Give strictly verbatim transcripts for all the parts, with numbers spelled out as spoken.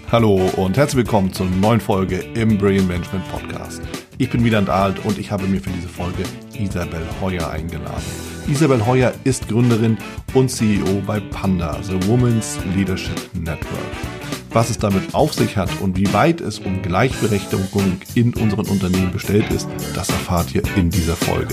Hallo und herzlich willkommen zur neuen Folge im Brilliant Management Podcast. Ich bin Wieland Alt und ich habe mir für diese Folge Isabel Heuer eingeladen. Isabel Heuer ist Gründerin und C E O bei Panda, The Women's Leadership Network. Was es damit auf sich hat und wie weit es um Gleichberechtigung in unseren Unternehmen bestellt ist, das erfahrt ihr in dieser Folge.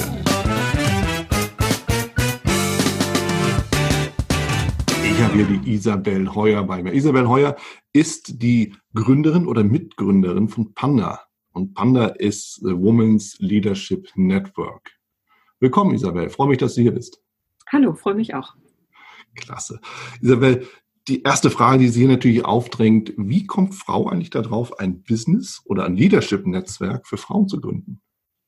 Ich habe hier die Isabel Heuer bei mir. Isabel Heuer ist die Gründerin oder Mitgründerin von Panda. Und Panda ist The Women's Leadership Network. Willkommen, Isabel. Ich freue mich, dass du hier bist. Hallo, freue mich auch. Klasse. Isabel, die erste Frage, die sich hier natürlich aufdrängt, wie kommt Frau eigentlich darauf, ein Business oder ein Leadership-Netzwerk für Frauen zu gründen?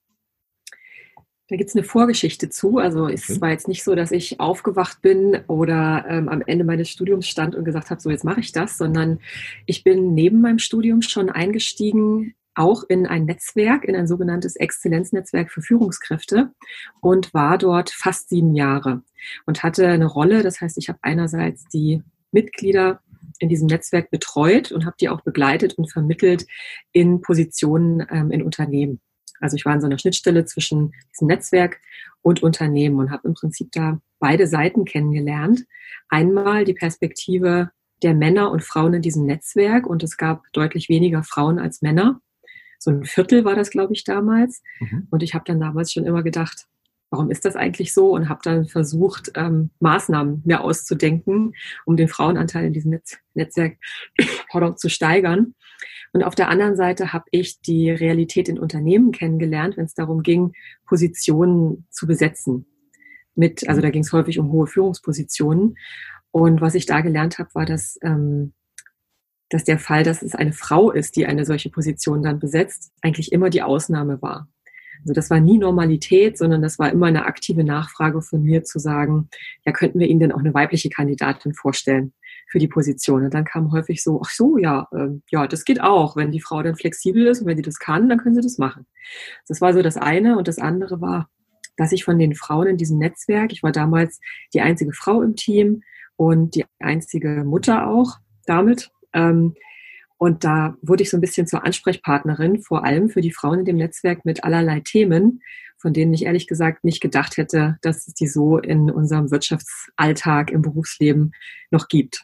Da gibt es eine Vorgeschichte zu. Also es okay. war jetzt nicht so, dass ich aufgewacht bin oder ähm, am Ende meines Studiums stand und gesagt habe, so jetzt mache ich das, sondern ich bin neben meinem Studium schon eingestiegen, auch in ein Netzwerk, in ein sogenanntes Exzellenznetzwerk für Führungskräfte und war dort fast sieben Jahre und hatte eine Rolle. Das heißt, ich habe einerseits die Mitglieder in diesem Netzwerk betreut und habe die auch begleitet und vermittelt in Positionen ähm, in Unternehmen. Also ich war in so einer Schnittstelle zwischen diesem Netzwerk und Unternehmen und habe im Prinzip da beide Seiten kennengelernt. Einmal die Perspektive der Männer und Frauen in diesem Netzwerk und es gab deutlich weniger Frauen als Männer. So ein Viertel war das, glaube ich, damals. Mhm. Und ich habe dann damals schon immer gedacht, warum ist das eigentlich so? Und habe dann versucht, ähm, Maßnahmen mir auszudenken, um den Frauenanteil in diesem Netz- Netzwerk pardon, zu steigern. Und auf der anderen Seite habe ich die Realität in Unternehmen kennengelernt, wenn es darum ging, Positionen zu besetzen. Mit, also da ging es häufig um hohe Führungspositionen. Und was ich da gelernt habe, war, dass, ähm, dass der Fall, dass es eine Frau ist, die eine solche Position dann besetzt, eigentlich immer die Ausnahme war. Also das war nie Normalität, sondern das war immer eine aktive Nachfrage von mir zu sagen, ja, könnten wir Ihnen denn auch eine weibliche Kandidatin vorstellen für die Position? Und dann kam häufig so, ach so, ja, äh, ja, das geht auch. Wenn die Frau dann flexibel ist und wenn die das kann, dann können sie das machen. Das war so das eine. Und das andere war, dass ich von den Frauen in diesem Netzwerk, ich war damals die einzige Frau im Team und die einzige Mutter auch damit, ähm, und da wurde ich so ein bisschen zur Ansprechpartnerin, vor allem für die Frauen in dem Netzwerk mit allerlei Themen, von denen ich ehrlich gesagt nicht gedacht hätte, dass es die so in unserem Wirtschaftsalltag, im Berufsleben noch gibt.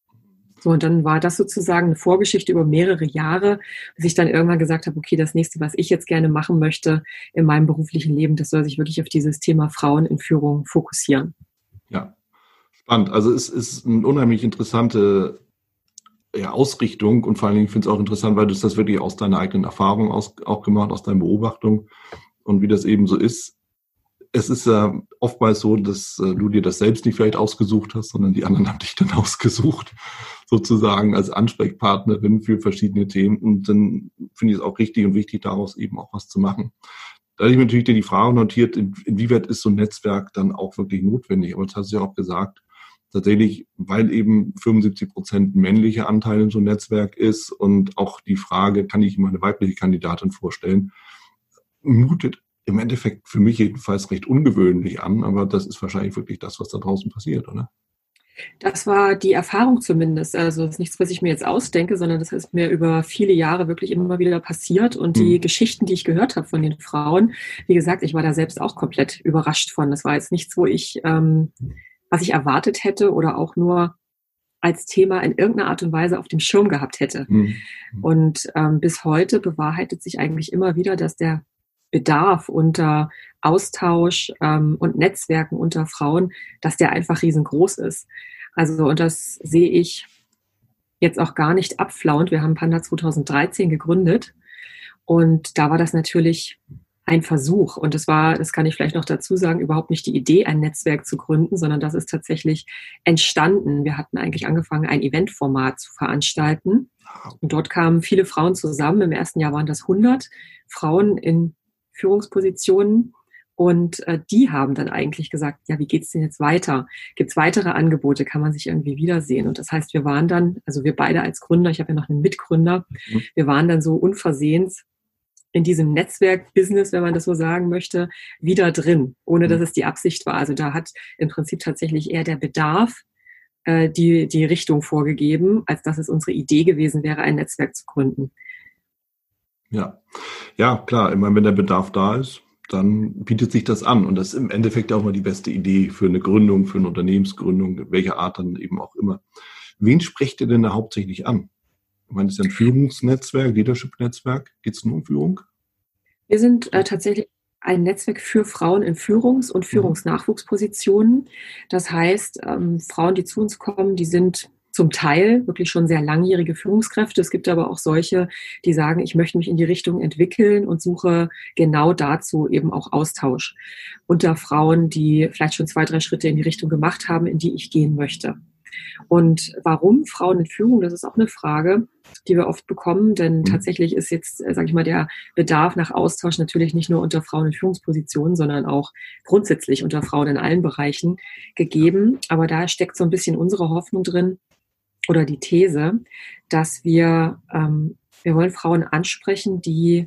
So, und dann war das sozusagen eine Vorgeschichte über mehrere Jahre, bis ich dann irgendwann gesagt habe, okay, das nächste, was ich jetzt gerne machen möchte in meinem beruflichen Leben, das soll sich wirklich auf dieses Thema Frauen in Führung fokussieren. Ja, spannend. Also es ist eine unheimlich interessante ja, Ausrichtung und vor allen Dingen finde ich es auch interessant, weil du das wirklich aus deiner eigenen Erfahrung aus, auch gemacht, aus deiner Beobachtung und wie das eben so ist. Es ist ja oftmals so, dass äh, du dir das selbst nicht vielleicht ausgesucht hast, sondern die anderen haben dich dann ausgesucht, sozusagen als Ansprechpartnerin für verschiedene Themen. Und dann finde ich es auch richtig und wichtig, daraus eben auch was zu machen. Da habe ich mir natürlich dir die Frage notiert, in, inwieweit ist so ein Netzwerk dann auch wirklich notwendig? Aber das hast du ja auch gesagt, tatsächlich, weil eben fünfundsiebzig Prozent männlicher Anteil in so einem Netzwerk ist und auch die Frage, kann ich mir eine weibliche Kandidatin vorstellen, mutet im Endeffekt für mich jedenfalls recht ungewöhnlich an, aber das ist wahrscheinlich wirklich das, was da draußen passiert, oder? Das war die Erfahrung zumindest. Also das ist nichts, was ich mir jetzt ausdenke, sondern das ist mir über viele Jahre wirklich immer wieder passiert. Und die hm. Geschichten, die ich gehört habe von den Frauen, wie gesagt, ich war da selbst auch komplett überrascht von. Das war jetzt nichts, wo ich... Ähm, was ich erwartet hätte oder auch nur als Thema in irgendeiner Art und Weise auf dem Schirm gehabt hätte. Mhm. Und ähm, bis heute bewahrheitet sich eigentlich immer wieder, dass der Bedarf unter Austausch ähm, und Netzwerken unter Frauen, dass der einfach riesengroß ist. Also und das sehe ich jetzt auch gar nicht abflauend. Wir haben Panda zwanzig dreizehn gegründet und da war das natürlich ein Versuch. Und es war, das kann ich vielleicht noch dazu sagen, überhaupt nicht die Idee, ein Netzwerk zu gründen, sondern das ist tatsächlich entstanden. Wir hatten eigentlich angefangen, ein Eventformat zu veranstalten. Und dort kamen viele Frauen zusammen. Im ersten Jahr waren das hundert Frauen in Führungspositionen. Und äh, die haben dann eigentlich gesagt, ja, wie geht's denn jetzt weiter? Gibt es weitere Angebote? Kann man sich irgendwie wiedersehen? Und das heißt, wir waren dann, also wir beide als Gründer, ich habe ja noch einen Mitgründer, mhm. wir waren dann so unversehens in diesem Netzwerk-Business, wenn man das so sagen möchte, wieder drin, ohne dass es die Absicht war. Also da hat im Prinzip tatsächlich eher der Bedarf äh, die, die Richtung vorgegeben, als dass es unsere Idee gewesen wäre, ein Netzwerk zu gründen. Ja, ja, klar. Ich meine, wenn der Bedarf da ist, dann bietet sich das an. Und das ist im Endeffekt auch mal die beste Idee für eine Gründung, für eine Unternehmensgründung, welcher Art dann eben auch immer. Wen sprecht ihr denn da hauptsächlich an? Ich meine, das ist ja ein Führungsnetzwerk, Leadership-Netzwerk. Geht es nur um Führung? Wir sind äh, tatsächlich ein Netzwerk für Frauen in Führungs- und Führungsnachwuchspositionen. Das heißt, ähm, Frauen, die zu uns kommen, die sind zum Teil wirklich schon sehr langjährige Führungskräfte. Es gibt aber auch solche, die sagen, ich möchte mich in die Richtung entwickeln und suche genau dazu eben auch Austausch unter Frauen, die vielleicht schon zwei, drei Schritte in die Richtung gemacht haben, in die ich gehen möchte. Und warum Frauen in Führung? Das ist auch eine Frage, die wir oft bekommen, denn mhm. tatsächlich ist jetzt, sage ich mal, der Bedarf nach Austausch natürlich nicht nur unter Frauen in Führungspositionen, sondern auch grundsätzlich unter Frauen in allen Bereichen gegeben. Aber da steckt so ein bisschen unsere Hoffnung drin oder die These, dass wir, ähm, wir wollen Frauen ansprechen, die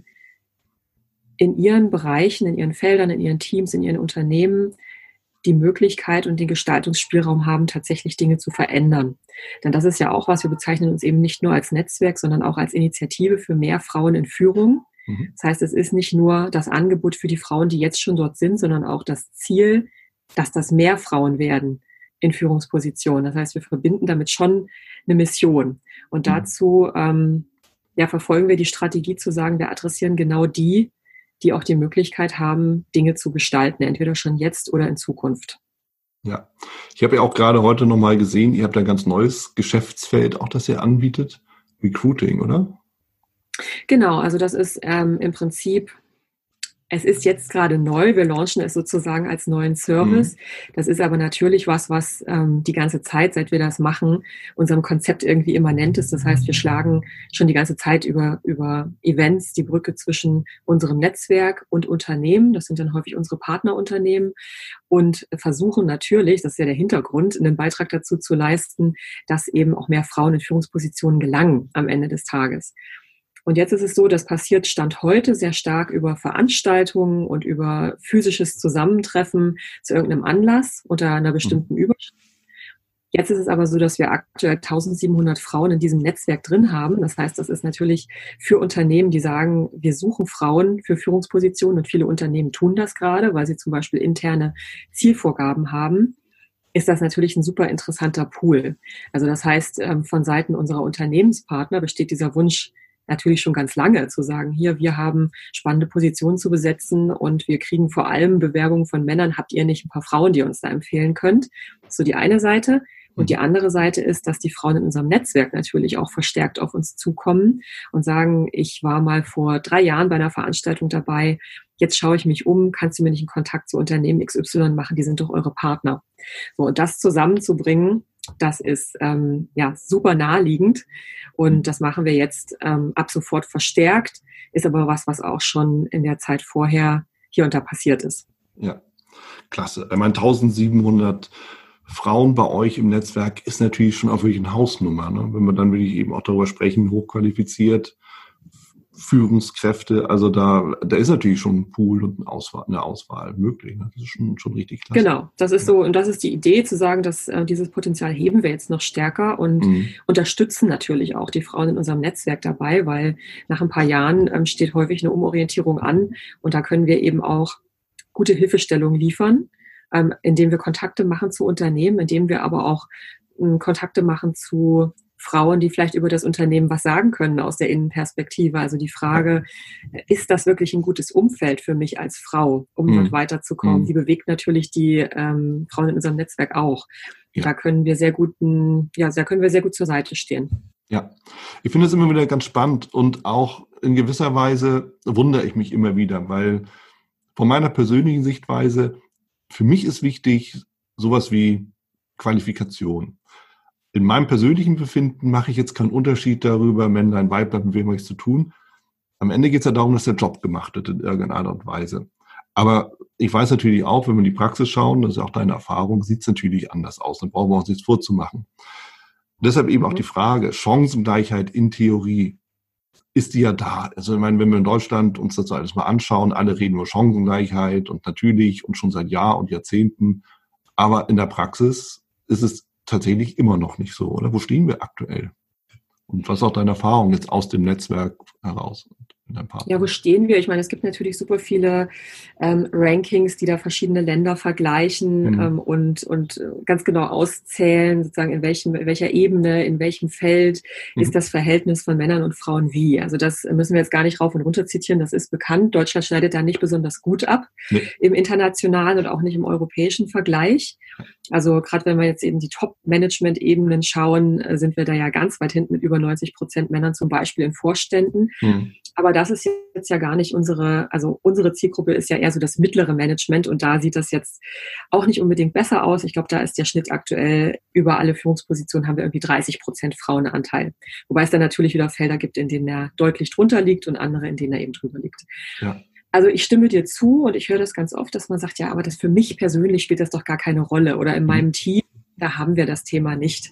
in ihren Bereichen, in ihren Feldern, in ihren Teams, in ihren Unternehmen die Möglichkeit und den Gestaltungsspielraum haben, tatsächlich Dinge zu verändern. Denn das ist ja auch was, wir bezeichnen uns eben nicht nur als Netzwerk, sondern auch als Initiative für mehr Frauen in Führung. Mhm. Das heißt, es ist nicht nur das Angebot für die Frauen, die jetzt schon dort sind, sondern auch das Ziel, dass das mehr Frauen werden in Führungspositionen. Das heißt, wir verbinden damit schon eine Mission. Und dazu ähm, ja, verfolgen wir die Strategie zu sagen, wir adressieren genau die, die auch die Möglichkeit haben, Dinge zu gestalten, entweder schon jetzt oder in Zukunft. Ja, ich habe ja auch gerade heute nochmal gesehen, ihr habt ein ganz neues Geschäftsfeld, auch das ihr anbietet, Recruiting, oder? Genau, also das ist ähm, im Prinzip, es ist jetzt gerade neu, wir launchen es sozusagen als neuen Service. Mhm. Das ist aber natürlich was, was ähm, die ganze Zeit, seit wir das machen, unserem Konzept irgendwie immanent ist. Das heißt, wir schlagen schon die ganze Zeit über, über Events die Brücke zwischen unserem Netzwerk und Unternehmen. Das sind dann häufig unsere Partnerunternehmen und versuchen natürlich, das ist ja der Hintergrund, einen Beitrag dazu zu leisten, dass eben auch mehr Frauen in Führungspositionen gelangen am Ende des Tages. Und jetzt ist es so, das passiert Stand heute sehr stark über Veranstaltungen und über physisches Zusammentreffen zu irgendeinem Anlass unter einer bestimmten Überschrift. Jetzt ist es aber so, dass wir aktuell eintausendsiebenhundert Frauen in diesem Netzwerk drin haben. Das heißt, das ist natürlich für Unternehmen, die sagen, wir suchen Frauen für Führungspositionen, und viele Unternehmen tun das gerade, weil sie zum Beispiel interne Zielvorgaben haben, ist das natürlich ein super interessanter Pool. Also das heißt, von Seiten unserer Unternehmenspartner besteht dieser Wunsch natürlich schon ganz lange, zu sagen, hier, wir haben spannende Positionen zu besetzen und wir kriegen vor allem Bewerbungen von Männern. Habt ihr nicht ein paar Frauen, die ihr uns da empfehlen könnt? Das ist so die eine Seite. Und die andere Seite ist, dass die Frauen in unserem Netzwerk natürlich auch verstärkt auf uns zukommen und sagen, ich war mal vor drei Jahren bei einer Veranstaltung dabei, jetzt schaue ich mich um, kannst du mir nicht einen Kontakt zu Unternehmen X Y machen, die sind doch eure Partner. So, und das zusammenzubringen, das ist ähm, ja super naheliegend und das machen wir jetzt ähm, ab sofort verstärkt, ist aber was, was auch schon in der Zeit vorher hier und da passiert ist. Ja, klasse. Ich meine, eintausendsiebenhundert Frauen bei euch im Netzwerk ist natürlich schon auch wirklich eine Hausnummer, ne? Wenn wir dann wirklich eben auch darüber sprechen, hochqualifiziert, Führungskräfte, also da, da ist natürlich schon ein Pool und eine Auswahl, eine Auswahl möglich. Ne? Das ist schon, schon richtig klasse. Genau, das ist so, und das ist die Idee, zu sagen, dass äh, dieses Potenzial heben wir jetzt noch stärker und mhm. unterstützen natürlich auch die Frauen in unserem Netzwerk dabei, weil nach ein paar Jahren ähm, steht häufig eine Umorientierung an und da können wir eben auch gute Hilfestellung liefern, ähm, indem wir Kontakte machen zu Unternehmen, indem wir aber auch ähm, Kontakte machen zu Frauen, die vielleicht über das Unternehmen was sagen können aus der Innenperspektive. Also die Frage, ist das wirklich ein gutes Umfeld für mich als Frau, um mhm. dort weiterzukommen? Mhm. Die bewegt natürlich die ähm, Frauen in unserem Netzwerk auch. Ja. Da können wir sehr guten, ja, da können wir sehr gut zur Seite stehen. Ja, ich finde es immer wieder ganz spannend und auch in gewisser Weise wundere ich mich immer wieder, weil von meiner persönlichen Sichtweise, für mich ist wichtig sowas wie Qualifikation. In meinem persönlichen Befinden mache ich jetzt keinen Unterschied darüber, Männlein, Weiblein, mit wem habe ich zu tun. Am Ende geht es ja darum, dass der Job gemacht wird in irgendeiner Art und Weise. Aber ich weiß natürlich auch, wenn wir in die Praxis schauen, das ist auch deine Erfahrung, sieht es natürlich anders aus. Dann brauchen wir uns nichts vorzumachen. Und deshalb eben auch die Frage, Chancengleichheit in Theorie, ist die ja da. Also ich meine, wenn wir in Deutschland uns das alles mal anschauen, alle reden über Chancengleichheit und natürlich und schon seit Jahr und Jahrzehnten. Aber in der Praxis ist es tatsächlich immer noch nicht so, oder? Wo stehen wir aktuell? Und was ist auch deine Erfahrung jetzt aus dem Netzwerk heraus? Ja, wo stehen wir? Ich meine, es gibt natürlich super viele ähm, Rankings, die da verschiedene Länder vergleichen mhm. ähm, und, und ganz genau auszählen, sozusagen in welchem, in welcher Ebene, in welchem Feld mhm. ist das Verhältnis von Männern und Frauen wie. Also das müssen wir jetzt gar nicht rauf und runter zitieren, das ist bekannt. Deutschland schneidet da nicht besonders gut ab nee. im internationalen und auch nicht im europäischen Vergleich. Also gerade wenn wir jetzt eben die Top-Management-Ebenen schauen, sind wir da ja ganz weit hinten mit über neunzig Prozent Männern zum Beispiel in Vorständen. Mhm. Aber das ist jetzt ja gar nicht unsere, also unsere Zielgruppe ist ja eher so das mittlere Management und da sieht das jetzt auch nicht unbedingt besser aus. Ich glaube, da ist der Schnitt aktuell über alle Führungspositionen haben wir irgendwie dreißig Prozent Frauenanteil. Wobei es dann natürlich wieder Felder gibt, in denen er deutlich drunter liegt und andere, in denen er eben drüber liegt. Ja. Also ich stimme dir zu und ich höre das ganz oft, dass man sagt, ja, aber das für mich persönlich spielt das doch gar keine Rolle oder in meinem Team, da haben wir das Thema nicht.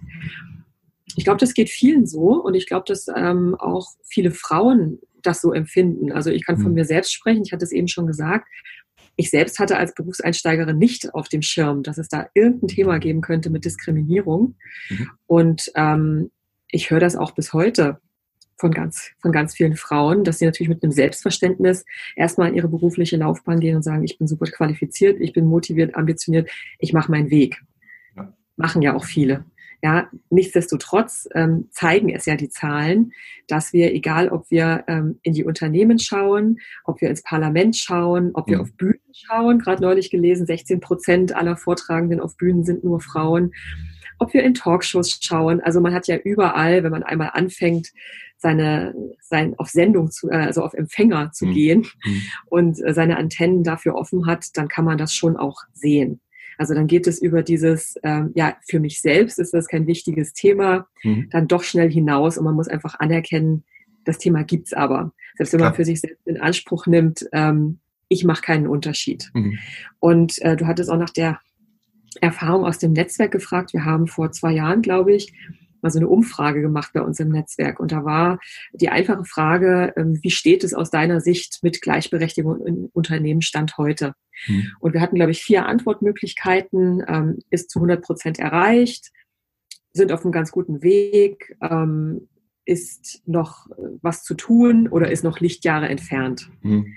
Ich glaube, das geht vielen so und ich glaube, dass ähm, auch viele Frauen das so empfinden. Also ich kann von mir selbst sprechen, ich hatte es eben schon gesagt, ich selbst hatte als Berufseinsteigerin nicht auf dem Schirm, dass es da irgendein Thema geben könnte mit Diskriminierung. Mhm. Und ähm, ich höre das auch bis heute von ganz, von ganz vielen Frauen, dass sie natürlich mit einem Selbstverständnis erstmal in ihre berufliche Laufbahn gehen und sagen, ich bin super qualifiziert, ich bin motiviert, ambitioniert, ich mache meinen Weg. Ja. Machen ja auch viele. Ja, nichtsdestotrotz ähm, zeigen es ja die Zahlen, dass wir, egal ob wir ähm, in die Unternehmen schauen, ob wir ins Parlament schauen, ob wir mhm. auf Bühnen schauen, gerade neulich gelesen, sechzehn Prozent aller Vortragenden auf Bühnen sind nur Frauen, ob wir in Talkshows schauen. Also man hat ja überall, wenn man einmal anfängt, seine, sein, auf Sendung zu, äh, also auf Empfänger zu mhm. gehen mhm. und äh, seine Antennen dafür offen hat, dann kann man das schon auch sehen. Also dann geht es über dieses, ähm, ja, für mich selbst ist das kein wichtiges Thema, mhm. dann doch schnell hinaus und man muss einfach anerkennen, das Thema gibt's aber. Selbst wenn man ja. für sich selbst in Anspruch nimmt, ähm, ich mache keinen Unterschied. Mhm. Und äh, du hattest auch nach der Erfahrung aus dem Netzwerk gefragt. Wir haben vor zwei Jahren, glaube ich, mal so eine Umfrage gemacht bei uns im Netzwerk. Und da war die einfache Frage, wie steht es aus deiner Sicht mit Gleichberechtigung im Unternehmen Stand heute? Hm. Und wir hatten, glaube ich, vier Antwortmöglichkeiten. Ähm, ist zu hundert Prozent erreicht, sind auf einem ganz guten Weg, ähm, ist noch was zu tun oder ist noch Lichtjahre entfernt. Hm.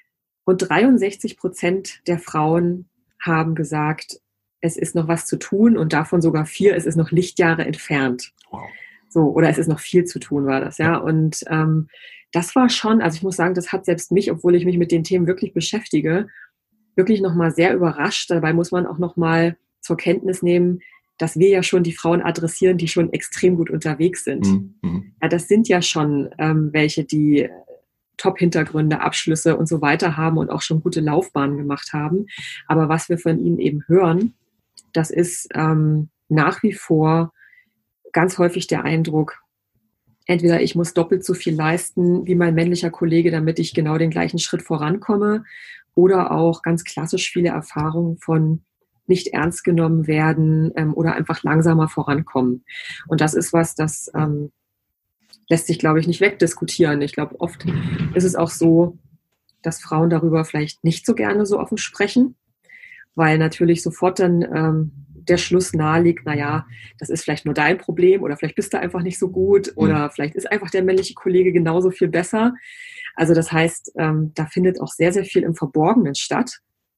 Und dreiundsechzig Prozent der Frauen haben gesagt, es ist noch was zu tun und davon sogar vier, es ist noch Lichtjahre entfernt. Wow. So, oder es ist noch viel zu tun, war das, ja. Und ähm, das war schon, also ich muss sagen, das hat selbst mich, obwohl ich mich mit den Themen wirklich beschäftige, wirklich nochmal sehr überrascht. Dabei muss man auch nochmal zur Kenntnis nehmen, dass wir ja schon die Frauen adressieren, die schon extrem gut unterwegs sind. Mhm. Ja, das sind ja schon ähm, welche, die Top-Hintergründe, Abschlüsse und so weiter haben und auch schon gute Laufbahnen gemacht haben. Aber was wir von ihnen eben hören, das ist ähm, nach wie vor ganz häufig der Eindruck, entweder ich muss doppelt so viel leisten wie mein männlicher Kollege, damit ich genau den gleichen Schritt vorankomme, oder auch ganz klassisch viele Erfahrungen von nicht ernst genommen werden ähm, oder einfach langsamer vorankommen. Und das ist was, das ähm, lässt sich, glaube ich, nicht wegdiskutieren. Ich glaube, oft ist es auch so, dass Frauen darüber vielleicht nicht so gerne so offen sprechen, weil natürlich sofort dann ähm, der Schluss naheliegt, naja, das ist vielleicht nur dein Problem oder vielleicht bist du einfach nicht so gut oder mhm. vielleicht ist einfach der männliche Kollege genauso viel besser. Also das heißt, ähm, da findet auch sehr, sehr viel im Verborgenen statt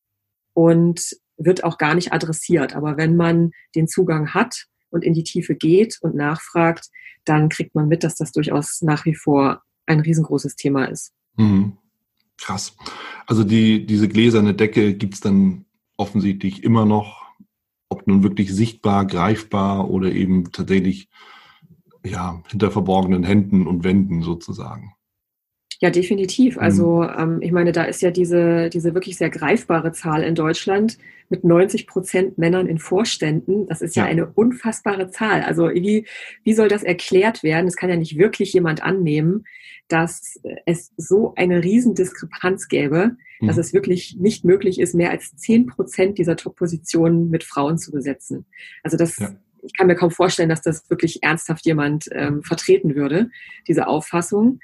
und wird auch gar nicht adressiert. Aber wenn man den Zugang hat und in die Tiefe geht und nachfragt, dann kriegt man mit, dass das durchaus nach wie vor ein riesengroßes Thema ist. Mhm. Krass. Also die, diese gläserne Decke gibt's dann offensichtlich immer noch, ob nun wirklich sichtbar, greifbar oder eben tatsächlich ja, hinter verborgenen Händen und Wänden sozusagen. Ja, definitiv. Also ähm, ich meine, da ist ja diese, diese wirklich sehr greifbare Zahl in Deutschland mit neunzig Prozent Männern in Vorständen. Das ist ja, ja eine unfassbare Zahl. Also wie, wie soll das erklärt werden? Es kann ja nicht wirklich jemand annehmen, dass es so eine Riesendiskrepanz gäbe, mhm. dass es wirklich nicht möglich ist, mehr als zehn Prozent dieser Top-Positionen mit Frauen zu besetzen. Also das, ja. ich kann mir kaum vorstellen, dass das wirklich ernsthaft jemand ähm, vertreten würde, diese Auffassung.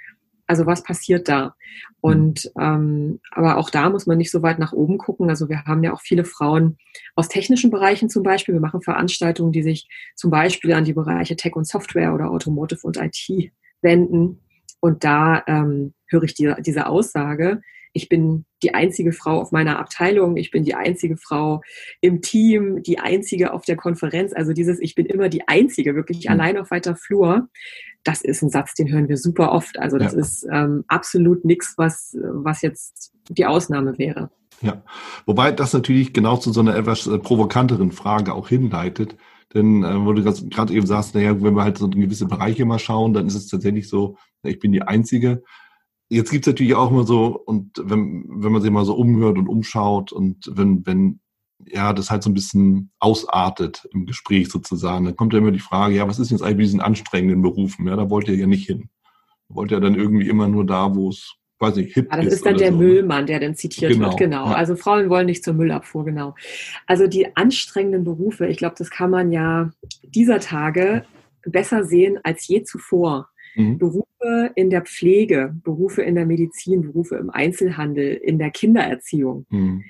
Also was passiert da? Und ähm, aber auch da muss man nicht so weit nach oben gucken. Also wir haben ja auch viele Frauen aus technischen Bereichen zum Beispiel. Wir machen Veranstaltungen, die sich zum Beispiel an die Bereiche Tech und Software oder Automotive und I T wenden. Und da ähm, höre ich die, diese Aussage, ich bin die einzige Frau auf meiner Abteilung, ich bin die einzige Frau im Team, die einzige auf der Konferenz. Also dieses, ich bin immer die einzige, wirklich mhm. allein auf weiter Flur. Das ist ein Satz, den hören wir super oft. Also das ja. ist ähm, absolut nichts, was, was jetzt die Ausnahme wäre. Ja, wobei das natürlich genau zu so einer etwas provokanteren Frage auch hinleitet. Denn äh, wo du gerade eben sagst, naja, wenn wir halt so in gewisse Bereiche mal schauen, dann ist es tatsächlich so, ich bin die Einzige. Jetzt gibt's natürlich auch immer so, und wenn, wenn man sich mal so umhört und umschaut und wenn, wenn, ja, das halt so ein bisschen ausartet im Gespräch sozusagen, dann kommt ja immer die Frage, ja, was ist jetzt eigentlich mit diesen anstrengenden Berufen? Ja, da wollt ihr ja nicht hin. Ihr wollt ja dann irgendwie immer nur da, wo es, weiß nicht, hip ja, das ist. Das ist dann der so, Müllmann, der dann zitiert genau, wird, genau. Ja. Also Frauen wollen nicht zur Müllabfuhr, genau. Also die anstrengenden Berufe, ich glaube, das kann man ja dieser Tage besser sehen als je zuvor. Mhm. Berufe in der Pflege, Berufe in der Medizin, Berufe im Einzelhandel, in der Kindererziehung. Mhm.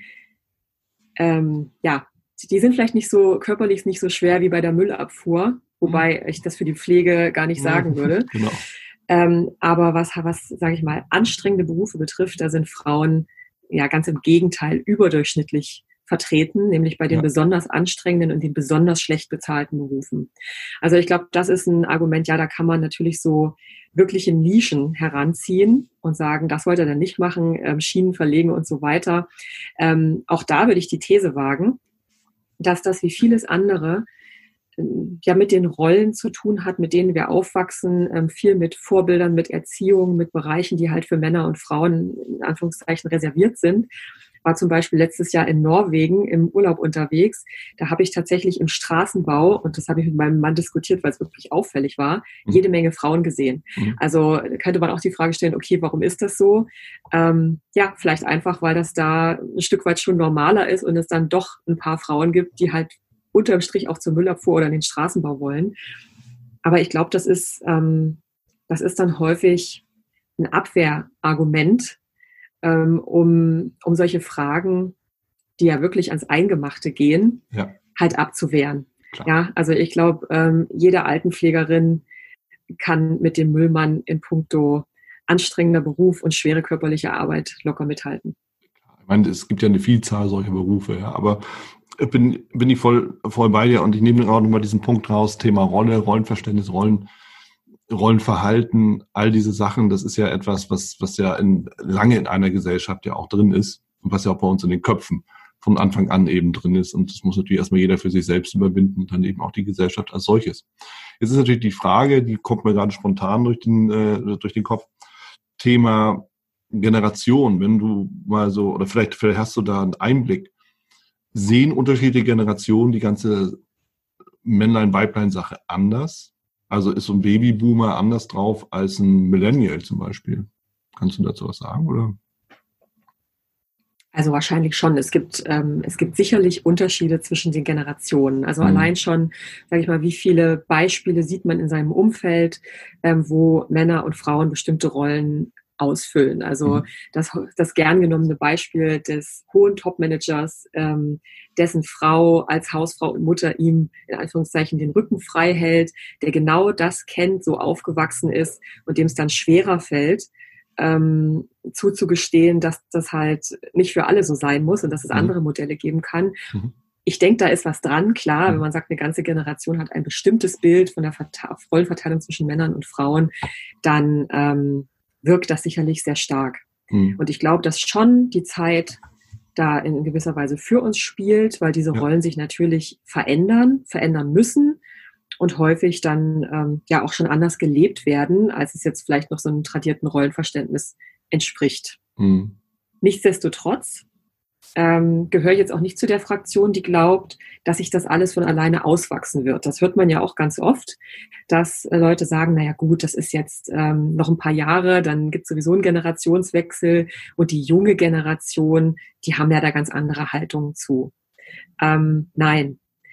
Ähm, ja, die sind vielleicht nicht so körperlich nicht so schwer wie bei der Müllabfuhr, wobei mhm. ich das für die Pflege gar nicht sagen würde. Genau. Ähm, aber was, was sage ich mal, anstrengende Berufe betrifft, da sind Frauen ja ganz im Gegenteil überdurchschnittlich vertreten, nämlich bei den ja. besonders anstrengenden und den besonders schlecht bezahlten Berufen. Also ich glaube, das ist ein Argument, ja, da kann man natürlich so wirkliche Nischen heranziehen und sagen, das wollt ihr dann nicht machen, ähm, Schienen verlegen und so weiter. Ähm, auch da würde ich die These wagen, dass das wie vieles andere ja mit den Rollen zu tun hat, mit denen wir aufwachsen, ähm, viel mit Vorbildern, mit Erziehung, mit Bereichen, die halt für Männer und Frauen in Anführungszeichen reserviert sind. War zum Beispiel letztes Jahr in Norwegen im Urlaub unterwegs. Da habe ich tatsächlich im Straßenbau, und das habe ich mit meinem Mann diskutiert, weil es wirklich auffällig war, mhm. jede Menge Frauen gesehen. Mhm. Also könnte man auch die Frage stellen, okay, warum ist das so? Ähm, ja, vielleicht einfach, weil das da ein Stück weit schon normaler ist und es dann doch ein paar Frauen gibt, die halt unterm Strich auch zur Müllabfuhr oder in den Straßenbau wollen. Aber ich glaube, das ist, ähm, das ist dann häufig ein Abwehrargument, ähm, um, um solche Fragen, die ja wirklich ans Eingemachte gehen, ja. halt abzuwehren. Klar. Ja, also ich glaube, ähm, jede Altenpflegerin kann mit dem Müllmann in puncto anstrengender Beruf und schwere körperliche Arbeit locker mithalten. Ich meine, es gibt ja eine Vielzahl solcher Berufe, ja, aber bin, bin ich voll, voll bei dir und ich nehme auch nochmal diesen Punkt raus, Thema Rolle, Rollenverständnis, Rollen, Rollenverhalten, all diese Sachen, das ist ja etwas, was, was ja in, lange in einer Gesellschaft ja auch drin ist und was ja auch bei uns in den Köpfen von Anfang an eben drin ist und das muss natürlich erstmal jeder für sich selbst überwinden und dann eben auch die Gesellschaft als solches. Jetzt ist natürlich die Frage, die kommt mir gerade spontan durch den, äh, durch den Kopf, Thema Generation, wenn du mal so, oder vielleicht, vielleicht hast du da einen Einblick, sehen unterschiedliche Generationen die ganze Männlein-Weiblein-Sache anders? Also ist so ein Babyboomer anders drauf als ein Millennial zum Beispiel? Kannst du dazu was sagen, oder? Also wahrscheinlich schon. Es gibt, ähm, es gibt sicherlich Unterschiede zwischen den Generationen. Also mhm. allein schon, sage ich mal, wie viele Beispiele sieht man in seinem Umfeld, ähm, wo Männer und Frauen bestimmte Rollen ausfüllen. Also mhm. das, das gern genommene Beispiel des hohen Top-Managers, ähm, dessen Frau als Hausfrau und Mutter ihm in Anführungszeichen den Rücken frei hält, der genau das kennt, so aufgewachsen ist und dem es dann schwerer fällt, ähm, zuzugestehen, dass das halt nicht für alle so sein muss und dass es mhm. andere Modelle geben kann. Mhm. Ich denke, da ist was dran. Klar, mhm. wenn man sagt, eine ganze Generation hat ein bestimmtes Bild von der Verte- Rollenverteilung zwischen Männern und Frauen, dann ähm, wirkt das sicherlich sehr stark. Mhm. Und ich glaube, dass schon die Zeit da in gewisser Weise für uns spielt, weil diese ja. Rollen sich natürlich verändern, verändern müssen und häufig dann ähm, ja auch schon anders gelebt werden, als es jetzt vielleicht noch so einem tradierten Rollenverständnis entspricht. Mhm. Nichtsdestotrotz ähm, gehöre ich jetzt auch nicht zu der Fraktion, die glaubt, dass sich das alles von alleine auswachsen wird. Das hört man ja auch ganz oft, dass äh, Leute sagen, naja gut, das ist jetzt ähm, noch ein paar Jahre, dann gibt es sowieso einen Generationswechsel und die junge Generation, die haben ja da ganz andere Haltungen zu. Ähm, nein,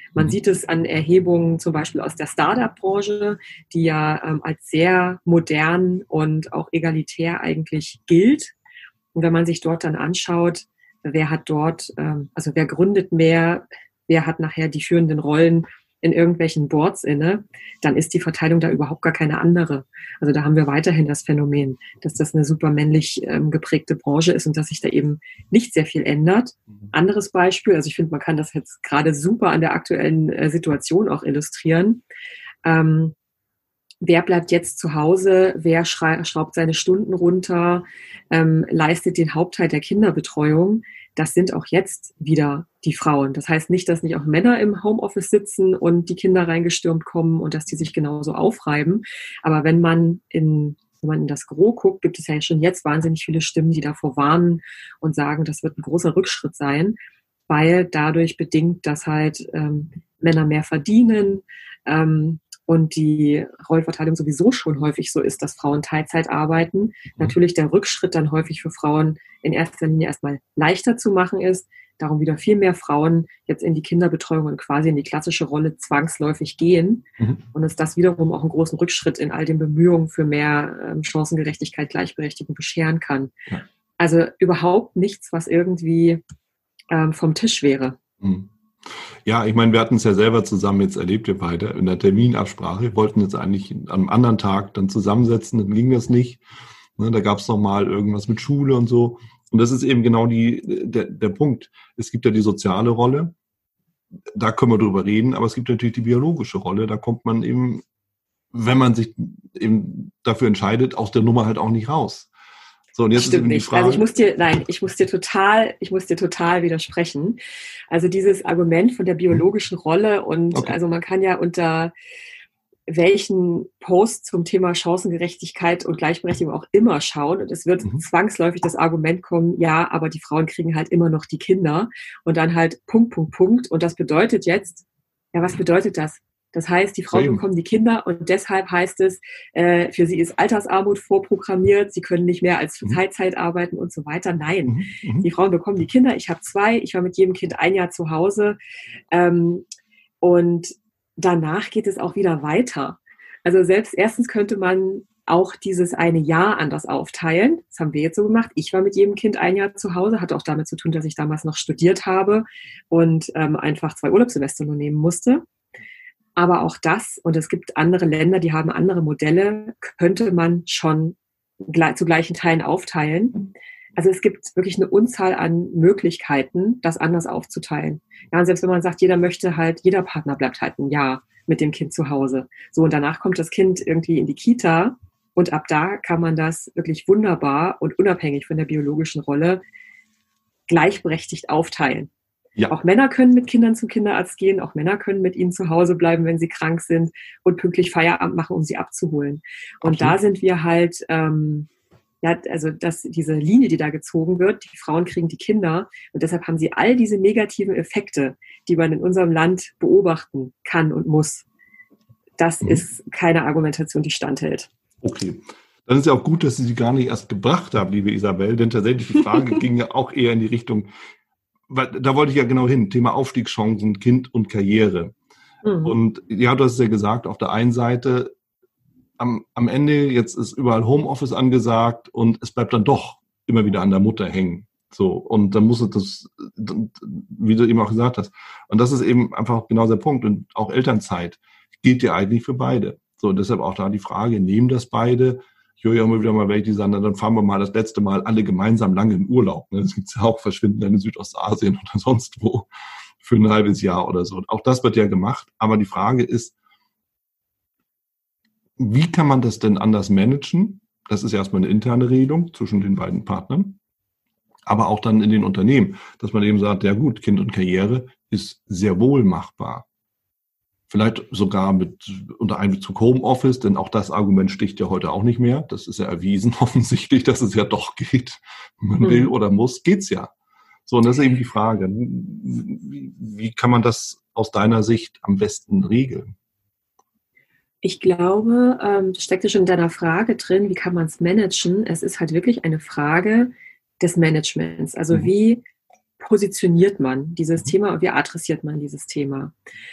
Man Mhm. sieht es an Erhebungen zum Beispiel aus der Startup-Branche, die ja ähm, als sehr modern und auch egalitär eigentlich gilt. Und wenn man sich dort dann anschaut, wer hat dort, ähm, also wer gründet mehr, wer hat nachher die führenden Rollen in irgendwelchen Boards inne, dann ist die Verteilung da überhaupt gar keine andere. Also da haben wir weiterhin das Phänomen, dass das eine super männlich ähm, geprägte Branche ist und dass sich da eben nicht sehr viel ändert. Anderes Beispiel, also ich finde, man kann das jetzt gerade super an der aktuellen äh, Situation auch illustrieren. Ähm, Wer bleibt jetzt zu Hause? Wer schraubt seine Stunden runter? Ähm, leistet den Hauptteil der Kinderbetreuung? Das sind auch jetzt wieder die Frauen. Das heißt nicht, dass nicht auch Männer im Homeoffice sitzen und die Kinder reingestürmt kommen und dass die sich genauso aufreiben. Aber wenn man in, wenn man in das Gros guckt, gibt es ja schon jetzt wahnsinnig viele Stimmen, die davor warnen und sagen, das wird ein großer Rückschritt sein, weil dadurch bedingt, dass halt ähm, Männer mehr verdienen, ähm, und die Rollenverteilung sowieso schon häufig so ist, dass Frauen Teilzeit arbeiten, mhm. natürlich der Rückschritt dann häufig für Frauen in erster Linie erstmal leichter zu machen ist, darum wieder viel mehr Frauen jetzt in die Kinderbetreuung und quasi in die klassische Rolle zwangsläufig gehen mhm. und es das wiederum auch einen großen Rückschritt in all den Bemühungen für mehr ähm, Chancengerechtigkeit, Gleichberechtigung bescheren kann. Ja. Also überhaupt nichts, was irgendwie ähm, vom Tisch wäre. Mhm. Ja, ich meine, wir hatten es ja selber zusammen jetzt erlebt, wir beide, in der Terminabsprache. Wir wollten jetzt eigentlich an einem anderen Tag dann zusammensetzen, dann ging das nicht. Ne, da gab es noch mal irgendwas mit Schule und so. Und das ist eben genau die, der, der Punkt. Es gibt ja die soziale Rolle, da können wir drüber reden, aber es gibt natürlich die biologische Rolle. Da kommt man eben, wenn man sich eben dafür entscheidet, aus der Nummer halt auch nicht raus. So, und jetzt Stimmt ist eben die nicht. Frage, also ich muss dir, nein, ich muss dir total, ich muss dir total widersprechen. Also dieses Argument von der biologischen Rolle und okay. also man kann ja unter welchen Post zum Thema Chancengerechtigkeit und Gleichberechtigung auch immer schauen und es wird mhm. zwangsläufig das Argument kommen, ja, aber die Frauen kriegen halt immer noch die Kinder und dann halt Punkt, Punkt, Punkt und das bedeutet jetzt, ja, was bedeutet das? Das heißt, die Frauen bekommen die Kinder und deshalb heißt es, äh, für sie ist Altersarmut vorprogrammiert, sie können nicht mehr als für mhm. Teilzeit arbeiten und so weiter. Nein, mhm. die Frauen bekommen die Kinder. Ich habe zwei, ich war mit jedem Kind ein Jahr zu Hause ähm, und danach geht es auch wieder weiter. Also selbst erstens könnte man auch dieses eine Jahr anders aufteilen. Das haben wir jetzt so gemacht. Ich war mit jedem Kind ein Jahr zu Hause, hatte auch damit zu tun, dass ich damals noch studiert habe und ähm, einfach zwei Urlaubssemester nur nehmen musste. Aber auch das, und es gibt andere Länder, die haben andere Modelle, könnte man schon zu gleichen Teilen aufteilen. Also es gibt wirklich eine Unzahl an Möglichkeiten, das anders aufzuteilen. Ja, und selbst wenn man sagt, jeder möchte halt, jeder Partner bleibt halt ein Jahr mit dem Kind zu Hause. So, und danach kommt das Kind irgendwie in die Kita und ab da kann man das wirklich wunderbar und unabhängig von der biologischen Rolle gleichberechtigt aufteilen. Ja. Auch Männer können mit Kindern zum Kinderarzt gehen, auch Männer können mit ihnen zu Hause bleiben, wenn sie krank sind und pünktlich Feierabend machen, um sie abzuholen. Und okay. da sind wir halt, ähm, ja, also das, diese Linie, die da gezogen wird, die Frauen kriegen die Kinder und deshalb haben sie all diese negativen Effekte, die man in unserem Land beobachten kann und muss. Das mhm. ist keine Argumentation, die standhält. Okay. Dann ist ja auch gut, dass Sie sie gar nicht erst gebracht haben, liebe Isabel, denn tatsächlich die Frage ging ja auch eher in die Richtung, weil da wollte ich ja genau hin, Thema Aufstiegschancen, Kind und Karriere. Mhm. Und ja, du hast es ja gesagt, auf der einen Seite, am, am Ende, jetzt ist überall Homeoffice angesagt und es bleibt dann doch immer wieder an der Mutter hängen. So, und dann muss es das, wie du eben auch gesagt hast. Und das ist eben einfach genau der Punkt. Und auch Elternzeit gilt ja eigentlich für beide. So, und deshalb auch da die Frage, nehmen das beide? Ich höre ja immer wieder mal welche, die sagen, dann fahren wir mal das letzte Mal alle gemeinsam lange in Urlaub. Das gibt es ja auch, verschwinden dann in Südostasien oder sonst wo für ein halbes Jahr oder so. Und auch das wird ja gemacht. Aber die Frage ist, wie kann man das denn anders managen? Das ist erstmal eine interne Regelung zwischen den beiden Partnern. Aber auch dann in den Unternehmen, dass man eben sagt, ja gut, Kind und Karriere ist sehr wohl machbar. Vielleicht sogar mit unter Einbezug Homeoffice, denn auch das Argument sticht ja heute auch nicht mehr. Das ist ja erwiesen offensichtlich, dass es ja doch geht. Man will mhm. oder muss, geht's ja. So, und das ist eben die Frage, wie, wie kann man das aus deiner Sicht am besten regeln? Ich glaube, ähm, das steckt ja schon in deiner Frage drin, wie kann man es managen? Es ist halt wirklich eine Frage des Managements. Also mhm. wie positioniert man dieses Thema und wie adressiert man dieses Thema?